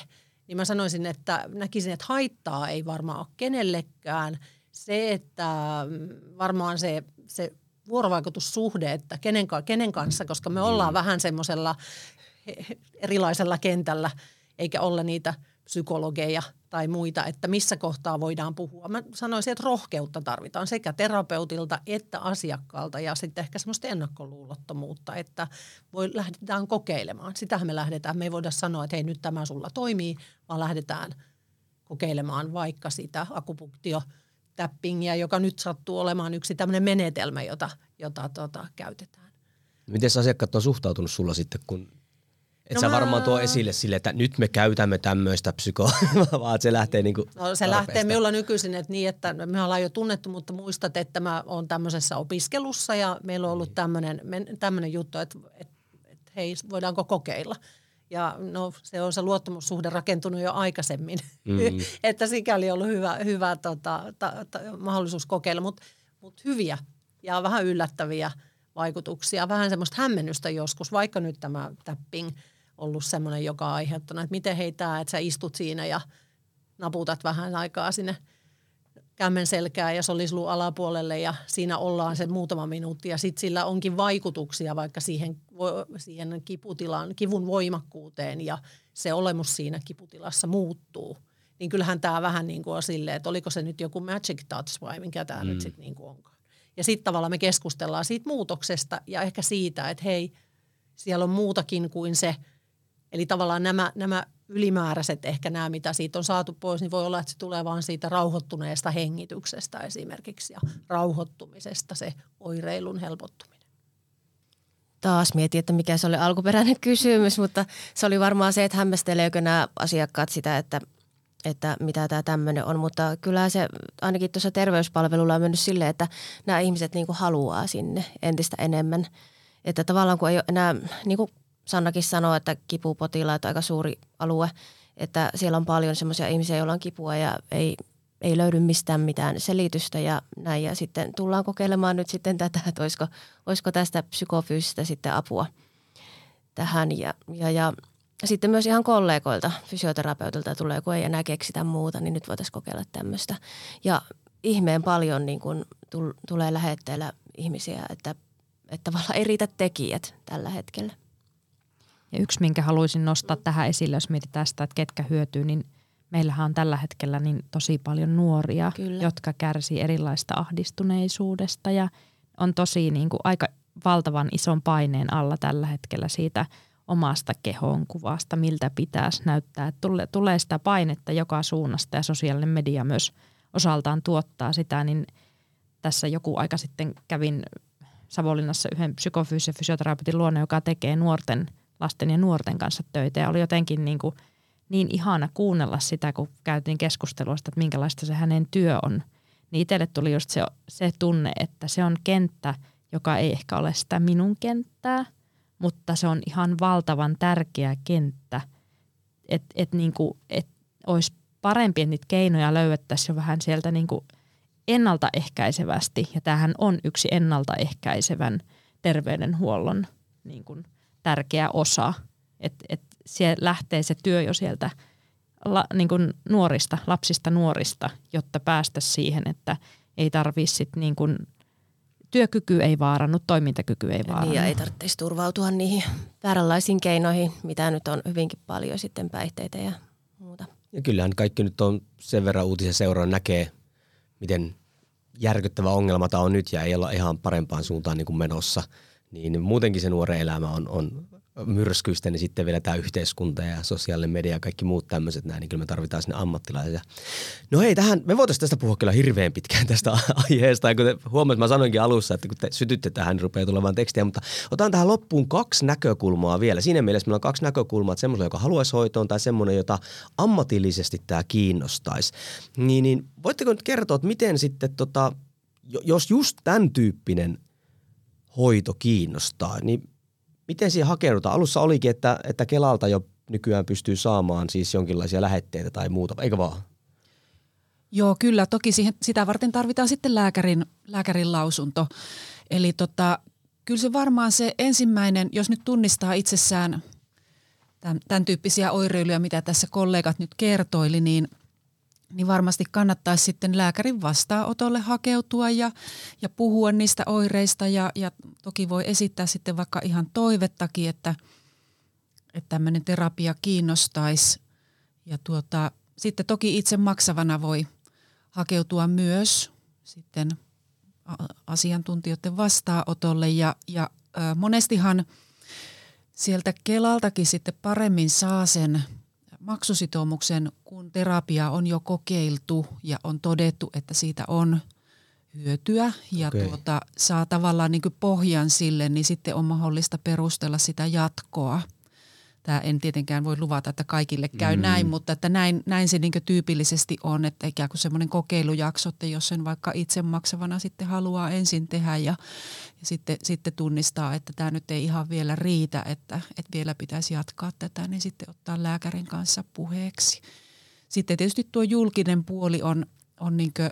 niin mä sanoisin, että näkisin, että haittaa ei varmaan ole kenellekään. Se, että varmaan se, se vuorovaikutussuhde, että kenen, kenen kanssa, koska me ollaan mm. vähän semmoisella erilaisella kentällä, eikä olla niitä psykologeja tai muita, että missä kohtaa voidaan puhua. Mä sanoisin, että rohkeutta tarvitaan sekä terapeutilta että asiakkaalta ja sitten ehkä semmoista ennakkoluulottomuutta, että voi, lähdetään kokeilemaan. Sitähän me lähdetään. Me ei voida sanoa, että hei nyt tämä sulla toimii, vaan lähdetään kokeilemaan vaikka sitä akupunktiotappingia, joka nyt sattuu olemaan yksi tämmöinen menetelmä, jota, jota tota, käytetään. Miten asiakkaat on suhtautunut sulla sitten, kun et no sä mä... varmaan tuo esille sille, että nyt me käytämme tämmöistä psykoa, vaan se lähtee niinku No se tarpeesta. Lähtee minulla nykyisin, että niin, että me ollaan jo tunnettu, mutta muistat, että mä oon tämmöisessä opiskelussa ja meillä on ollut tämmöinen, tämmöinen juttu, että, että, että hei, voidaanko kokeilla. Ja no se on se luottamussuhde rakentunut jo aikaisemmin, mm-hmm. että sikäli on ollut hyvä, hyvä tota, ta, ta, mahdollisuus kokeilla, mutta mut hyviä ja vähän yllättäviä vaikutuksia, vähän semmoista hämmennystä joskus, vaikka nyt tämä tapping ollut semmoinen, joka on aiheuttanut, että miten hei tää, että sä istut siinä ja naputat vähän aikaa sinne kämmen selkään ja solisluu alapuolelle ja siinä ollaan se muutama minuutti ja sitten sillä onkin vaikutuksia vaikka siihen, siihen kiputilaan, kivun voimakkuuteen ja se olemus siinä kiputilassa muuttuu. Niin kyllähän tämä vähän niin kuin on silleen, että oliko se nyt joku magic touch vai minkä tämä mm. nyt sitten niin kuin onkaan. Ja sitten tavallaan me keskustellaan siitä muutoksesta ja ehkä siitä, että hei, siellä on muutakin kuin se. Eli tavallaan nämä, nämä ylimääräiset ehkä nämä, mitä siitä on saatu pois, niin voi olla, että se tulee vaan siitä rauhoittuneesta hengityksestä esimerkiksi ja rauhoittumisesta se oireilun helpottuminen. Taas mietin, että mikä se oli alkuperäinen kysymys, mutta se oli varmaan se, että hämmästeleekö nämä asiakkaat sitä, että että mitä tämä tämmöinen on, mutta kyllä se ainakin tuossa terveyspalvelulla on mennyt silleen, että nämä ihmiset niin kuin haluaa sinne entistä enemmän. Että tavallaan kun ei ole enää, niin kuin Sannakin sanoo, että kipupotilaat on aika suuri alue, että siellä on paljon semmoisia ihmisiä, joilla on kipua ja ei, ei löydy mistään mitään selitystä ja näin. Ja sitten tullaan kokeilemaan nyt sitten tätä, että olisiko, olisiko tästä psykofyysistä sitten apua tähän ja, ja, ja sitten myös ihan kollegoilta, fysioterapeutilta tulee, kun ei enää keksitä muuta, niin nyt voitaisiin kokeilla tämmöistä. Ja ihmeen paljon niin kun tull, tulee lähetteellä ihmisiä, että, että tavallaan ei riitä tekijät tällä hetkellä. Ja yksi, minkä haluaisin nostaa tähän esille, jos mietitään sitä, että ketkä hyötyy, niin meillähän on tällä hetkellä niin tosi paljon nuoria, Kyllä. jotka kärsii erilaista ahdistuneisuudesta ja on tosi niin kuin aika valtavan ison paineen alla tällä hetkellä siitä omasta kehonkuvasta, miltä pitäisi näyttää. Tulee, tulee sitä painetta joka suunnasta ja sosiaalinen media myös osaltaan tuottaa sitä, niin tässä joku aika sitten kävin Savonlinnassa yhden psykofyysisen fysioterapeutin luona, joka tekee nuorten, lasten ja nuorten kanssa töitä ja oli jotenkin niin, kuin niin ihana kuunnella sitä, kun käytiin keskustelua sitä, että minkälaista se hänen työ on. Niin itselle tuli just se, se tunne, että se on kenttä, joka ei ehkä ole sitä minun kenttää, mutta se on ihan valtavan tärkeä kenttä, että et niinku, et olisi parempi, että niitä keinoja löydettäisiin jo vähän sieltä niinku ennaltaehkäisevästi. Ja tämähän on yksi ennaltaehkäisevän terveydenhuollon niinku tärkeä osa, että et siellä lähtee se työ jo sieltä la, niinku nuorista, lapsista nuorista, jotta päästäisiin siihen, että ei tarvitse sitten niinku työkyky ei vaarannu, toimintakyky ei vaarannu. Niin ja ei tarvitsisi turvautua niihin vääränlaisiin keinoihin, mitä nyt on hyvinkin paljon sitten päihteitä ja muuta. Ja kyllähän kaikki nyt on sen verran uutisen seuraan näkee, miten järkyttävä ongelma tämä on nyt ja ei olla ihan parempaan suuntaan niin kuin menossa. Niin muutenkin se nuoren elämä on, on myrskyistä, niin sitten vielä tämä yhteiskunta ja sosiaalinen media ja kaikki muut tämmöiset näin, niin kyllä me tarvitaan sinne ammattilaisia. No hei, tähän, me voitaisiin tästä puhua kyllä hirveän pitkään tästä aiheesta. Ja kun te huomaat, mä sanoinkin alussa, että kun te sytytte tähän, niin rupeaa tulemaan tekstiä, mutta otan tähän loppuun kaksi näkökulmaa vielä. Siinä mielessä meillä on kaksi näkökulmaa, että semmoinen, joka haluaisi hoitoon tai semmoinen, jota ammatillisesti tämä kiinnostaisi. Niin, niin voitteko nyt kertoa, että miten sitten, tota, jos just tämän tyyppinen hoito kiinnostaa, niin miten siihen hakeudutaan? Alussa olikin, että, että Kelalta jo nykyään pystyy saamaan siis jonkinlaisia lähetteitä tai muuta, eikö vaan? Joo, kyllä. Toki siihen, sitä varten tarvitaan sitten lääkärin, lääkärin lausunto. Eli tota, kyllä se varmaan se ensimmäinen, jos nyt tunnistaa itsessään tämän, tämän tyyppisiä oireiluja, mitä tässä kollegat nyt kertoili, niin, niin varmasti kannattaisi sitten lääkärin vastaanotolle hakeutua ja, ja puhua niistä oireista ja, ja toki voi esittää sitten vaikka ihan toivettakin, että, että tämmöinen terapia kiinnostaisi ja tuota, sitten toki itse maksavana voi hakeutua myös sitten asiantuntijoiden vastaanotolle ja, ja ä, monestihan sieltä Kelaltakin sitten paremmin saa sen maksusitoumuksen, kun terapia on jo kokeiltu ja on todettu, että siitä on hyötyä ja okay. tuota, saa tavallaan niin kuin pohjan sille, niin sitten on mahdollista perustella sitä jatkoa. Tämä en tietenkään voi luvata, että kaikille käy mm. näin, mutta että näin, näin se niin kuin tyypillisesti on, että ikään kuin semmoinen kokeilujakso, että jos sen vaikka itse maksavana sitten haluaa ensin tehdä ja, ja sitten, sitten tunnistaa, että tämä nyt ei ihan vielä riitä, että, että vielä pitäisi jatkaa tätä, niin sitten ottaa lääkärin kanssa puheeksi. Sitten tietysti tuo julkinen puoli on, on niin kuin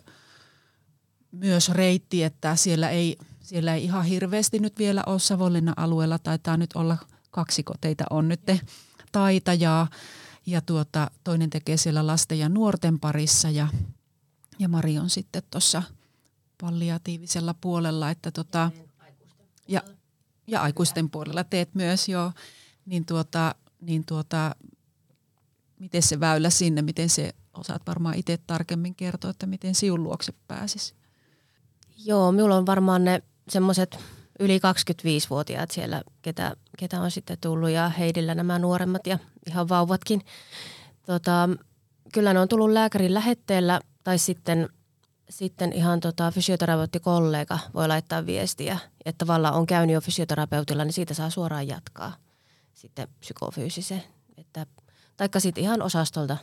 myös reitti, että siellä ei, siellä ei ihan hirveästi nyt vielä ole Savonlinnan alueella, taitaa nyt olla kaksiko teitä on nyt taitajaa ja tuota, toinen tekee siellä lasten ja nuorten parissa ja, ja Mari on sitten tuossa palliatiivisella puolella, että tota, ja, ja aikuisten puolella teet myös jo, niin tuota, niin tuota, miten se väylä sinne, miten se, osaat varmaan itse tarkemmin kertoa, että miten siun luokse pääsisi? Joo, minulla on varmaan ne semmoiset yli kaksikymmentäviisivuotiaat siellä, ketä, ketä on sitten tullut ja Heidillä nämä nuoremmat ja ihan vauvatkin. Tota, kyllä ne on tullut lääkärin lähetteellä tai sitten, sitten ihan tota, fysioterapeuttikollega voi laittaa viestiä, että tavallaan on käynyt jo fysioterapeutilla, niin siitä saa suoraan jatkaa sitten psykofyysisen. Että, taikka sitten ihan osastolta,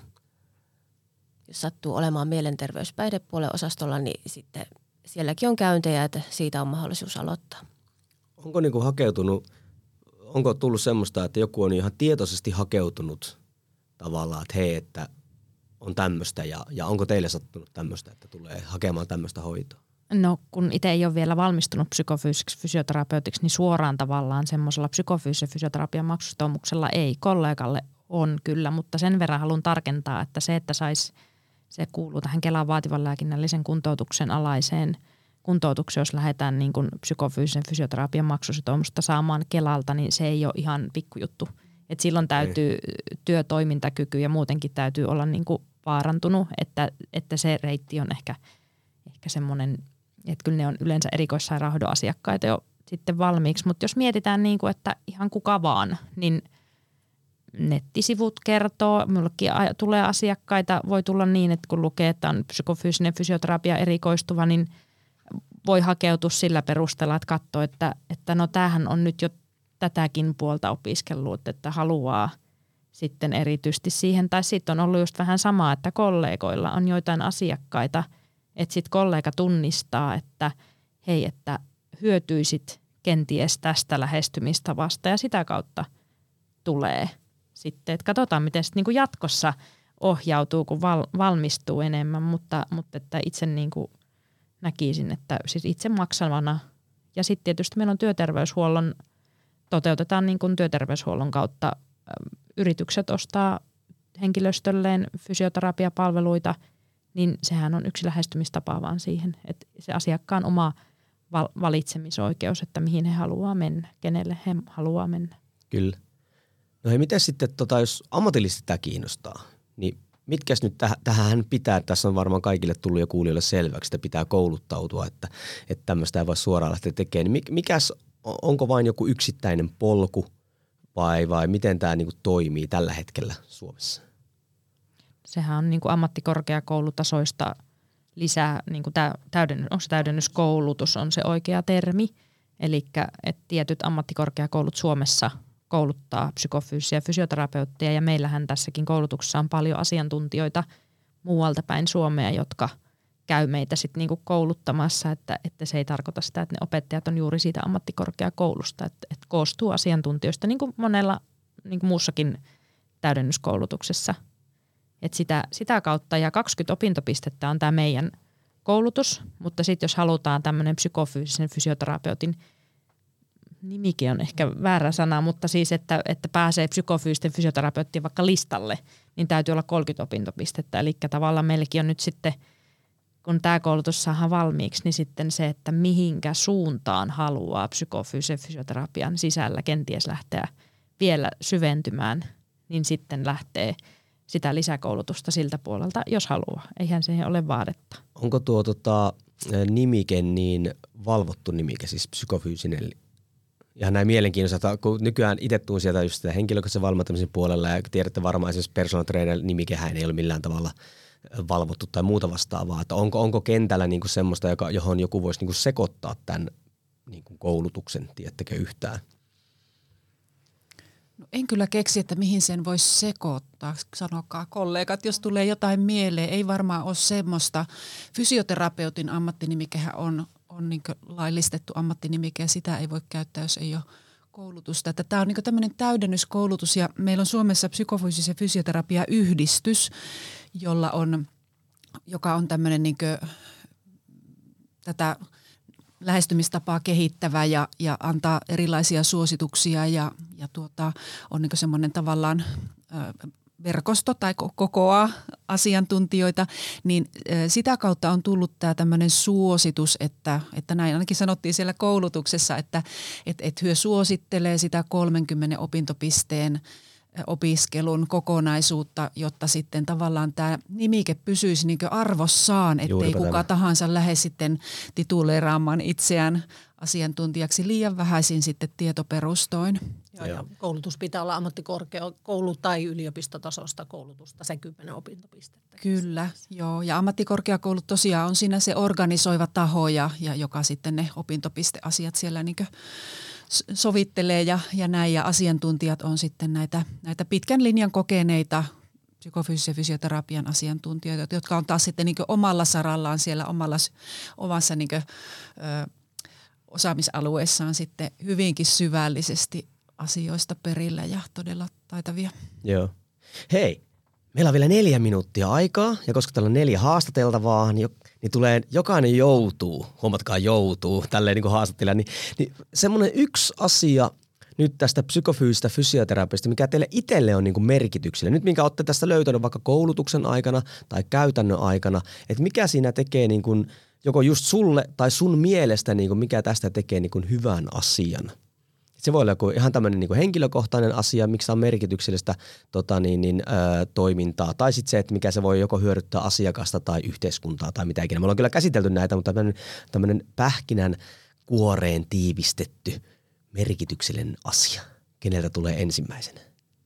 jos sattuu olemaan mielenterveyspäihdepuolen osastolla, niin sitten sielläkin on käyntejä, että siitä on mahdollisuus aloittaa. Onko niinku hakeutunut, onko tullut semmoista, että joku on ihan tietoisesti hakeutunut tavallaan, että hei, että on tämmöistä ja, ja onko teille sattunut tämmöistä, että tulee hakemaan tämmöistä hoitoa? No kun itse ei ole vielä valmistunut psykofyysiksi fysioterapeutiksi, niin suoraan tavallaan semmoisella psykofyysisen fysioterapian maksusitoumuksella ei, kollegalle on kyllä, mutta sen verran haluan tarkentaa, että se, että saisi, se kuuluu tähän Kelan vaativan lääkinnällisen kuntoutuksen alaiseen kuntoutukseen, jos lähdetään niin kuin psykofyysisen fysioterapian maksusitoumusta saamaan Kelalta, niin se ei ole ihan pikkujuttu. Et silloin täytyy ei. työtoimintakyky ja muutenkin täytyy olla niin kuin vaarantunut, että, että se reitti on ehkä, ehkä semmoinen, että kyllä ne on yleensä erikoissairaanhoidon asiakkaita jo sitten valmiiksi. Mutta jos mietitään niin kuin, että ihan kuka vaan, niin nettisivut kertoo, minullekin tulee asiakkaita, voi tulla niin, että kun lukee, että on psykofyysinen fysioterapia erikoistuva, niin voi hakeutua sillä perusteella, että katsoo, että, että no tämähän on nyt jo tätäkin puolta opiskellut, että haluaa sitten erityisesti siihen. Tai sitten on ollut just vähän samaa, että kollegoilla on joitain asiakkaita, että sitten kollega tunnistaa, että hei, että hyötyisit kenties tästä lähestymistavasta ja sitä kautta tulee sitten. Että katsotaan, miten sitten niinku jatkossa ohjautuu, kun val, valmistuu enemmän, mutta, mutta että itse niinku näkisin, että siis itse maksavana ja sitten tietysti meillä on työterveyshuollon, toteutetaan niin kuin työterveyshuollon kautta yritykset ostaa henkilöstölleen fysioterapiapalveluita, niin sehän on yksi lähestymistapa vaan siihen, että se asiakkaan oma val- valitsemisoikeus, että mihin he haluaa mennä, kenelle he haluaa mennä. Kyllä. No hei, miten sitten, tota, jos ammatillisesti tämä kiinnostaa, niin mitkäs nyt täh- tähän pitää, tässä on varmaan kaikille tullut jo kuulijoille selväksi, että pitää kouluttautua, että, että tämmöistä ei voi suoraan lähteä tekemään. Niin mikäs, onko vain joku yksittäinen polku vai, vai miten tämä niinku toimii tällä hetkellä Suomessa? Sehän on niinku ammattikorkeakoulutasoista lisää, niinku täydennys, onko se täydennyskoulutus on se oikea termi, eli että tietyt ammattikorkeakoulut Suomessa kouluttaa psykofyysisiä fysioterapeutteja ja meillähän tässäkin koulutuksessa on paljon asiantuntijoita muualta päin Suomea, jotka käy meitä sitten niinku kouluttamassa, että, että se ei tarkoita sitä, että ne opettajat on juuri siitä ammattikorkeakoulusta, että, että koostuu asiantuntijoista niin kuin monella niin kuin muussakin täydennyskoulutuksessa. Että sitä, sitä kautta ja kaksikymmentä opintopistettä on tämä meidän koulutus, mutta sitten jos halutaan tämmöinen psykofyysisen fysioterapeutin nimike on ehkä väärä sana, mutta siis, että, että pääsee psykofyysisten fysioterapeuttien vaikka listalle, niin täytyy olla kolmekymmentä opintopistettä. Eli tavallaan meilläkin on nyt sitten, kun tämä koulutus saadaan valmiiksi, niin sitten se, että mihinkä suuntaan haluaa psykofyysisen fysioterapian sisällä kenties lähteä vielä syventymään, niin sitten lähtee sitä lisäkoulutusta siltä puolelta, jos haluaa. Eihän siihen ole vaadetta. Onko tuo tota, nimike niin valvottu nimike, siis psykofyysinen? Ihan näin mielenkiintoista, kun nykyään itse tuun sieltä just sitä henkilökohtaisen valmentamisen puolella ja tiedätte varmaan esimerkiksi personal trainer nimikehän ei ole millään tavalla valvottu tai muuta vastaavaa. Että onko, onko kentällä niinku semmoista, joka, johon joku voisi niinku sekoittaa tämän niinku koulutuksen, tiedättekö yhtään? No en kyllä keksi, että mihin sen voisi sekoittaa. Sanokaa kollegat, jos tulee jotain mieleen. Ei varmaan ole semmoista. Fysioterapeutin ammattinimikehän on, on niin kuin laillistettu ammattinimike ja sitä ei voi käyttää, jos ei ole koulutusta. Että tämä on niin kuin tämmöinen täydennyskoulutus ja meillä on Suomessa psykofyysisen fysioterapiayhdistys, jolla on, joka on tämmöinen niin kuin tätä lähestymistapaa kehittävä ja, ja antaa erilaisia suosituksia ja, ja tuota, on niin kuin semmoinen tavallaan ö, verkosto tai kokoaa asiantuntijoita, niin ö, sitä kautta on tullut tämä tämmöinen suositus, että, että näin ainakin sanottiin siellä koulutuksessa, että et, et hyö suosittelee sitä kolmenkymmenen opintopisteen opiskelun kokonaisuutta, jotta sitten tavallaan tämä nimike pysyisi niin kuin arvossaan, ettei Juuripa kuka tämä. tahansa lähde sitten tituleeraamaan itseään asiantuntijaksi liian vähäisin sitten tietoperustoin. Joo, ja koulutus pitää olla ammattikorkeakoulu- tai yliopistotasosta koulutusta, se kymmenen opintopistettä. Kyllä, joo. Ja ammattikorkeakoulut tosiaan on siinä se organisoiva taho, ja, ja joka sitten ne opintopisteasiat siellä niin kuin sovittelee ja, ja näin. Ja asiantuntijat on sitten näitä, näitä pitkän linjan kokeneita psykofyysisen fysioterapian asiantuntijoita, jotka on taas sitten niin kuin omalla sarallaan siellä omalla, omassa niin kuin, ö, osaamisalueessaan sitten hyvinkin syvällisesti asioista perillä ja todella taitavia. Joo. Hei, meillä on vielä neljä minuuttia aikaa ja koska täällä on neljä haastateltavaa, niin, niin tulee, jokainen joutuu, huomatkaa joutuu, tälleen niin kuin haastattelija, niin, niin semmoinen yksi asia nyt tästä psykofyysistä fysioterapiasta, mikä teille itselle on niin kuin merkityksellinen. Nyt minkä olette tästä löytänyt vaikka koulutuksen aikana tai käytännön aikana, että mikä siinä tekee niin kuin, joko just sulle tai sun mielestä, niin kuin mikä tästä tekee niin kuin hyvän asian. Se voi olla joku ihan tämmöinen niin kuin henkilökohtainen asia, miksi on merkityksellistä tota niin, niin, ö, toimintaa. Tai sitten se, että mikä se voi joko hyödyttää asiakasta tai yhteiskuntaa tai mitä ikinä. Me ollaan kyllä käsitelty näitä, mutta tämmöinen, tämmöinen pähkinän kuoreen tiivistetty merkityksellinen asia. Keneltä tulee ensimmäisenä?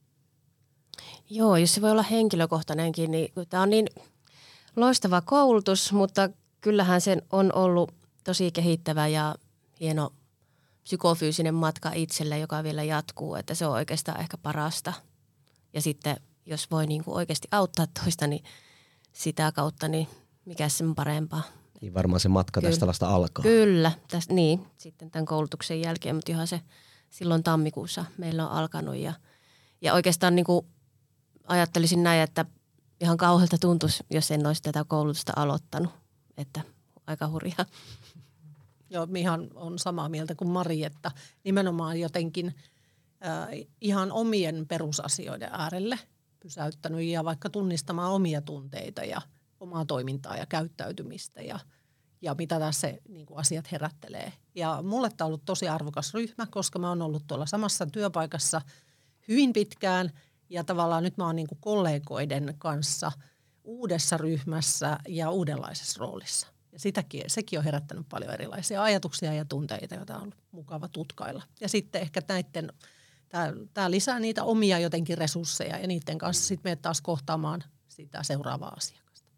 Joo, jos se voi olla henkilökohtainenkin, niin tämä on niin loistava koulutus, mutta kyllähän sen on ollut tosi kehittävä ja hieno psykofyysinen matka itselle, joka vielä jatkuu, että se on oikeastaan ehkä parasta. Ja sitten jos voi niin kuin oikeasti auttaa toista, niin sitä kautta, niin mikä sen parempaa. Niin varmaan se matka Kyllä. tästä vasta alkaa. Kyllä, tästä, niin sitten tämän koulutuksen jälkeen, mutta ihan se silloin tammikuussa meillä on alkanut. Ja, ja oikeastaan niin kuin ajattelisin näin, että ihan kauhealta tuntuisi, jos en olisi tätä koulutusta aloittanut, että aika hurjaa. Joo, ihan on samaa mieltä kuin Mari, että nimenomaan jotenkin äh, ihan omien perusasioiden äärelle pysäyttänyt ja vaikka tunnistamaan omia tunteita ja omaa toimintaa ja käyttäytymistä ja, ja mitä tässä niin kuin asiat herättelee. Ja mulle tämä on ollut tosi arvokas ryhmä, koska mä oon ollut tuolla samassa työpaikassa hyvin pitkään ja tavallaan nyt mä oon niin kuin kollegoiden kanssa uudessa ryhmässä ja uudenlaisessa roolissa. Ja sitäkin, sekin on herättänyt paljon erilaisia ajatuksia ja tunteita, joita on ollut mukava tutkailla. Ja sitten ehkä näiden, tämä lisää niitä omia jotenkin resursseja ja niiden kanssa sitten menet taas kohtaamaan sitä seuraavaa asiakasta.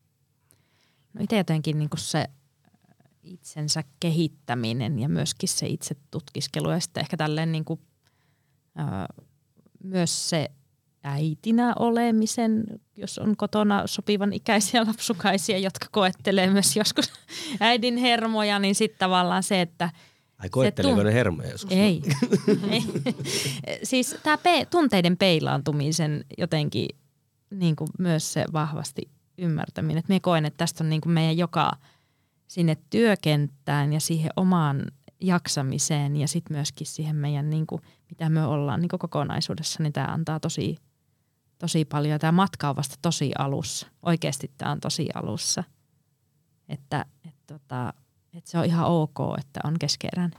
No itse jotenkin niin kuin se itsensä kehittäminen ja myöskin se itse tutkiskelu ja sitten ehkä tälleen niin kuin, äh, myös se äitinä olemisen, jos on kotona sopivan ikäisiä lapsukaisia, jotka koettelee myös joskus äidin hermoja, niin sitten tavallaan se, että Ai koetteleeko tunt- ne hermoja joskus? Ei. ei. Siis tämä pe- tunteiden peilaantumisen jotenkin niin kuin myös se vahvasti ymmärtäminen. Et minä koen, että tästä on niin kuin meidän joka sinne työkenttään ja siihen omaan jaksamiseen ja sitten myöskin siihen meidän, niin kuin, mitä me ollaan niin kuin kokonaisuudessa, niin tämä antaa tosi, tosi paljon. Tämä matka on vasta tosi alussa. Oikeasti tämä on tosi alussa. Että et, tota, et se on ihan ok, että on keskeeräinen.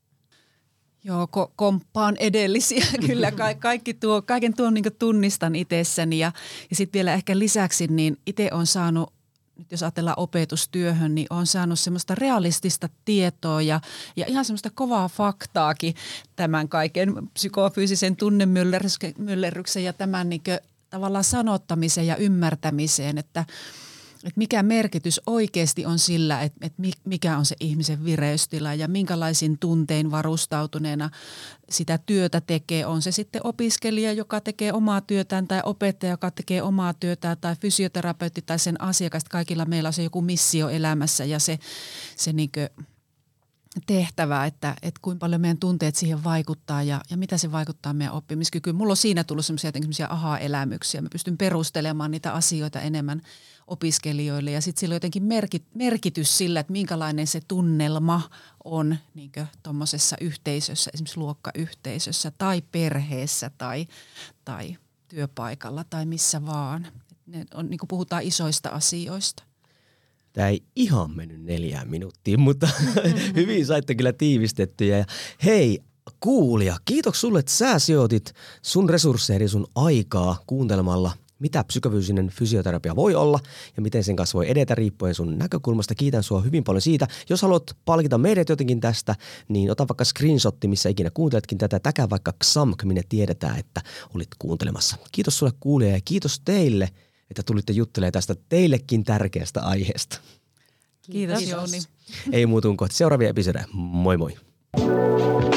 Joo, ko- komppaan edellisiä kyllä. Ka- kaikki tuo, kaiken tuon niin kuin tunnistan itsessäni ja, ja sitten vielä ehkä lisäksi, niin itse olen saanut, nyt jos ajatellaan opetustyöhön, niin olen saanut semmoista realistista tietoa ja, ja ihan semmoista kovaa faktaakin tämän kaiken psykofyysisen tunnemyllerryksen ja tämän niin kuin tavallaan sanottamiseen ja ymmärtämiseen, että että mikä merkitys oikeasti on sillä, että, että mikä on se ihmisen vireystila ja minkälaisin tuntein varustautuneena sitä työtä tekee. On se sitten opiskelija, joka tekee omaa työtään tai opettaja, joka tekee omaa työtään tai fysioterapeutti tai sen asiakas. Kaikilla meillä on se joku missio elämässä ja se, se niin kuin tehtävä, että, että kuinka paljon meidän tunteet siihen vaikuttaa ja, ja mitä se vaikuttaa meidän oppimiskykyyn. Mulla on siinä tullut semmoisia aha-elämyksiä. Mä pystyn perustelemaan niitä asioita enemmän opiskelijoille ja sitten sillä on jotenkin merkit, merkitys sillä, että minkälainen se tunnelma on niin tuommoisessa yhteisössä, esimerkiksi luokkayhteisössä tai perheessä tai, tai työpaikalla tai missä vaan. Ne on, niin kuin puhutaan isoista asioista. Tämä ei ihan mennyt neljään minuuttiin, mutta hyvin saitte kyllä tiivistettyjä. Ja hei, kuulija, kiitos sulle, että sä sijoitit sun resursseja, sun aikaa kuuntelemalla, mitä psykofyysinen fysioterapia voi olla ja miten sen kanssa voi edetä riippuen sun näkökulmasta. Kiitän sua hyvin paljon siitä. Jos haluat palkita meidät jotenkin tästä, niin ota vaikka screenshotti, missä ikinä kuunteletkin tätä. Täkä vaikka X A M K, minne tiedetään, että olit kuuntelemassa. Kiitos sulle kuulija ja kiitos teille, että tulitte juttelemaan tästä teillekin tärkeästä aiheesta. Kiitos, Kiitos. Jouni. Ei muuta kuin kohti seuraavia episodeja. Moi moi.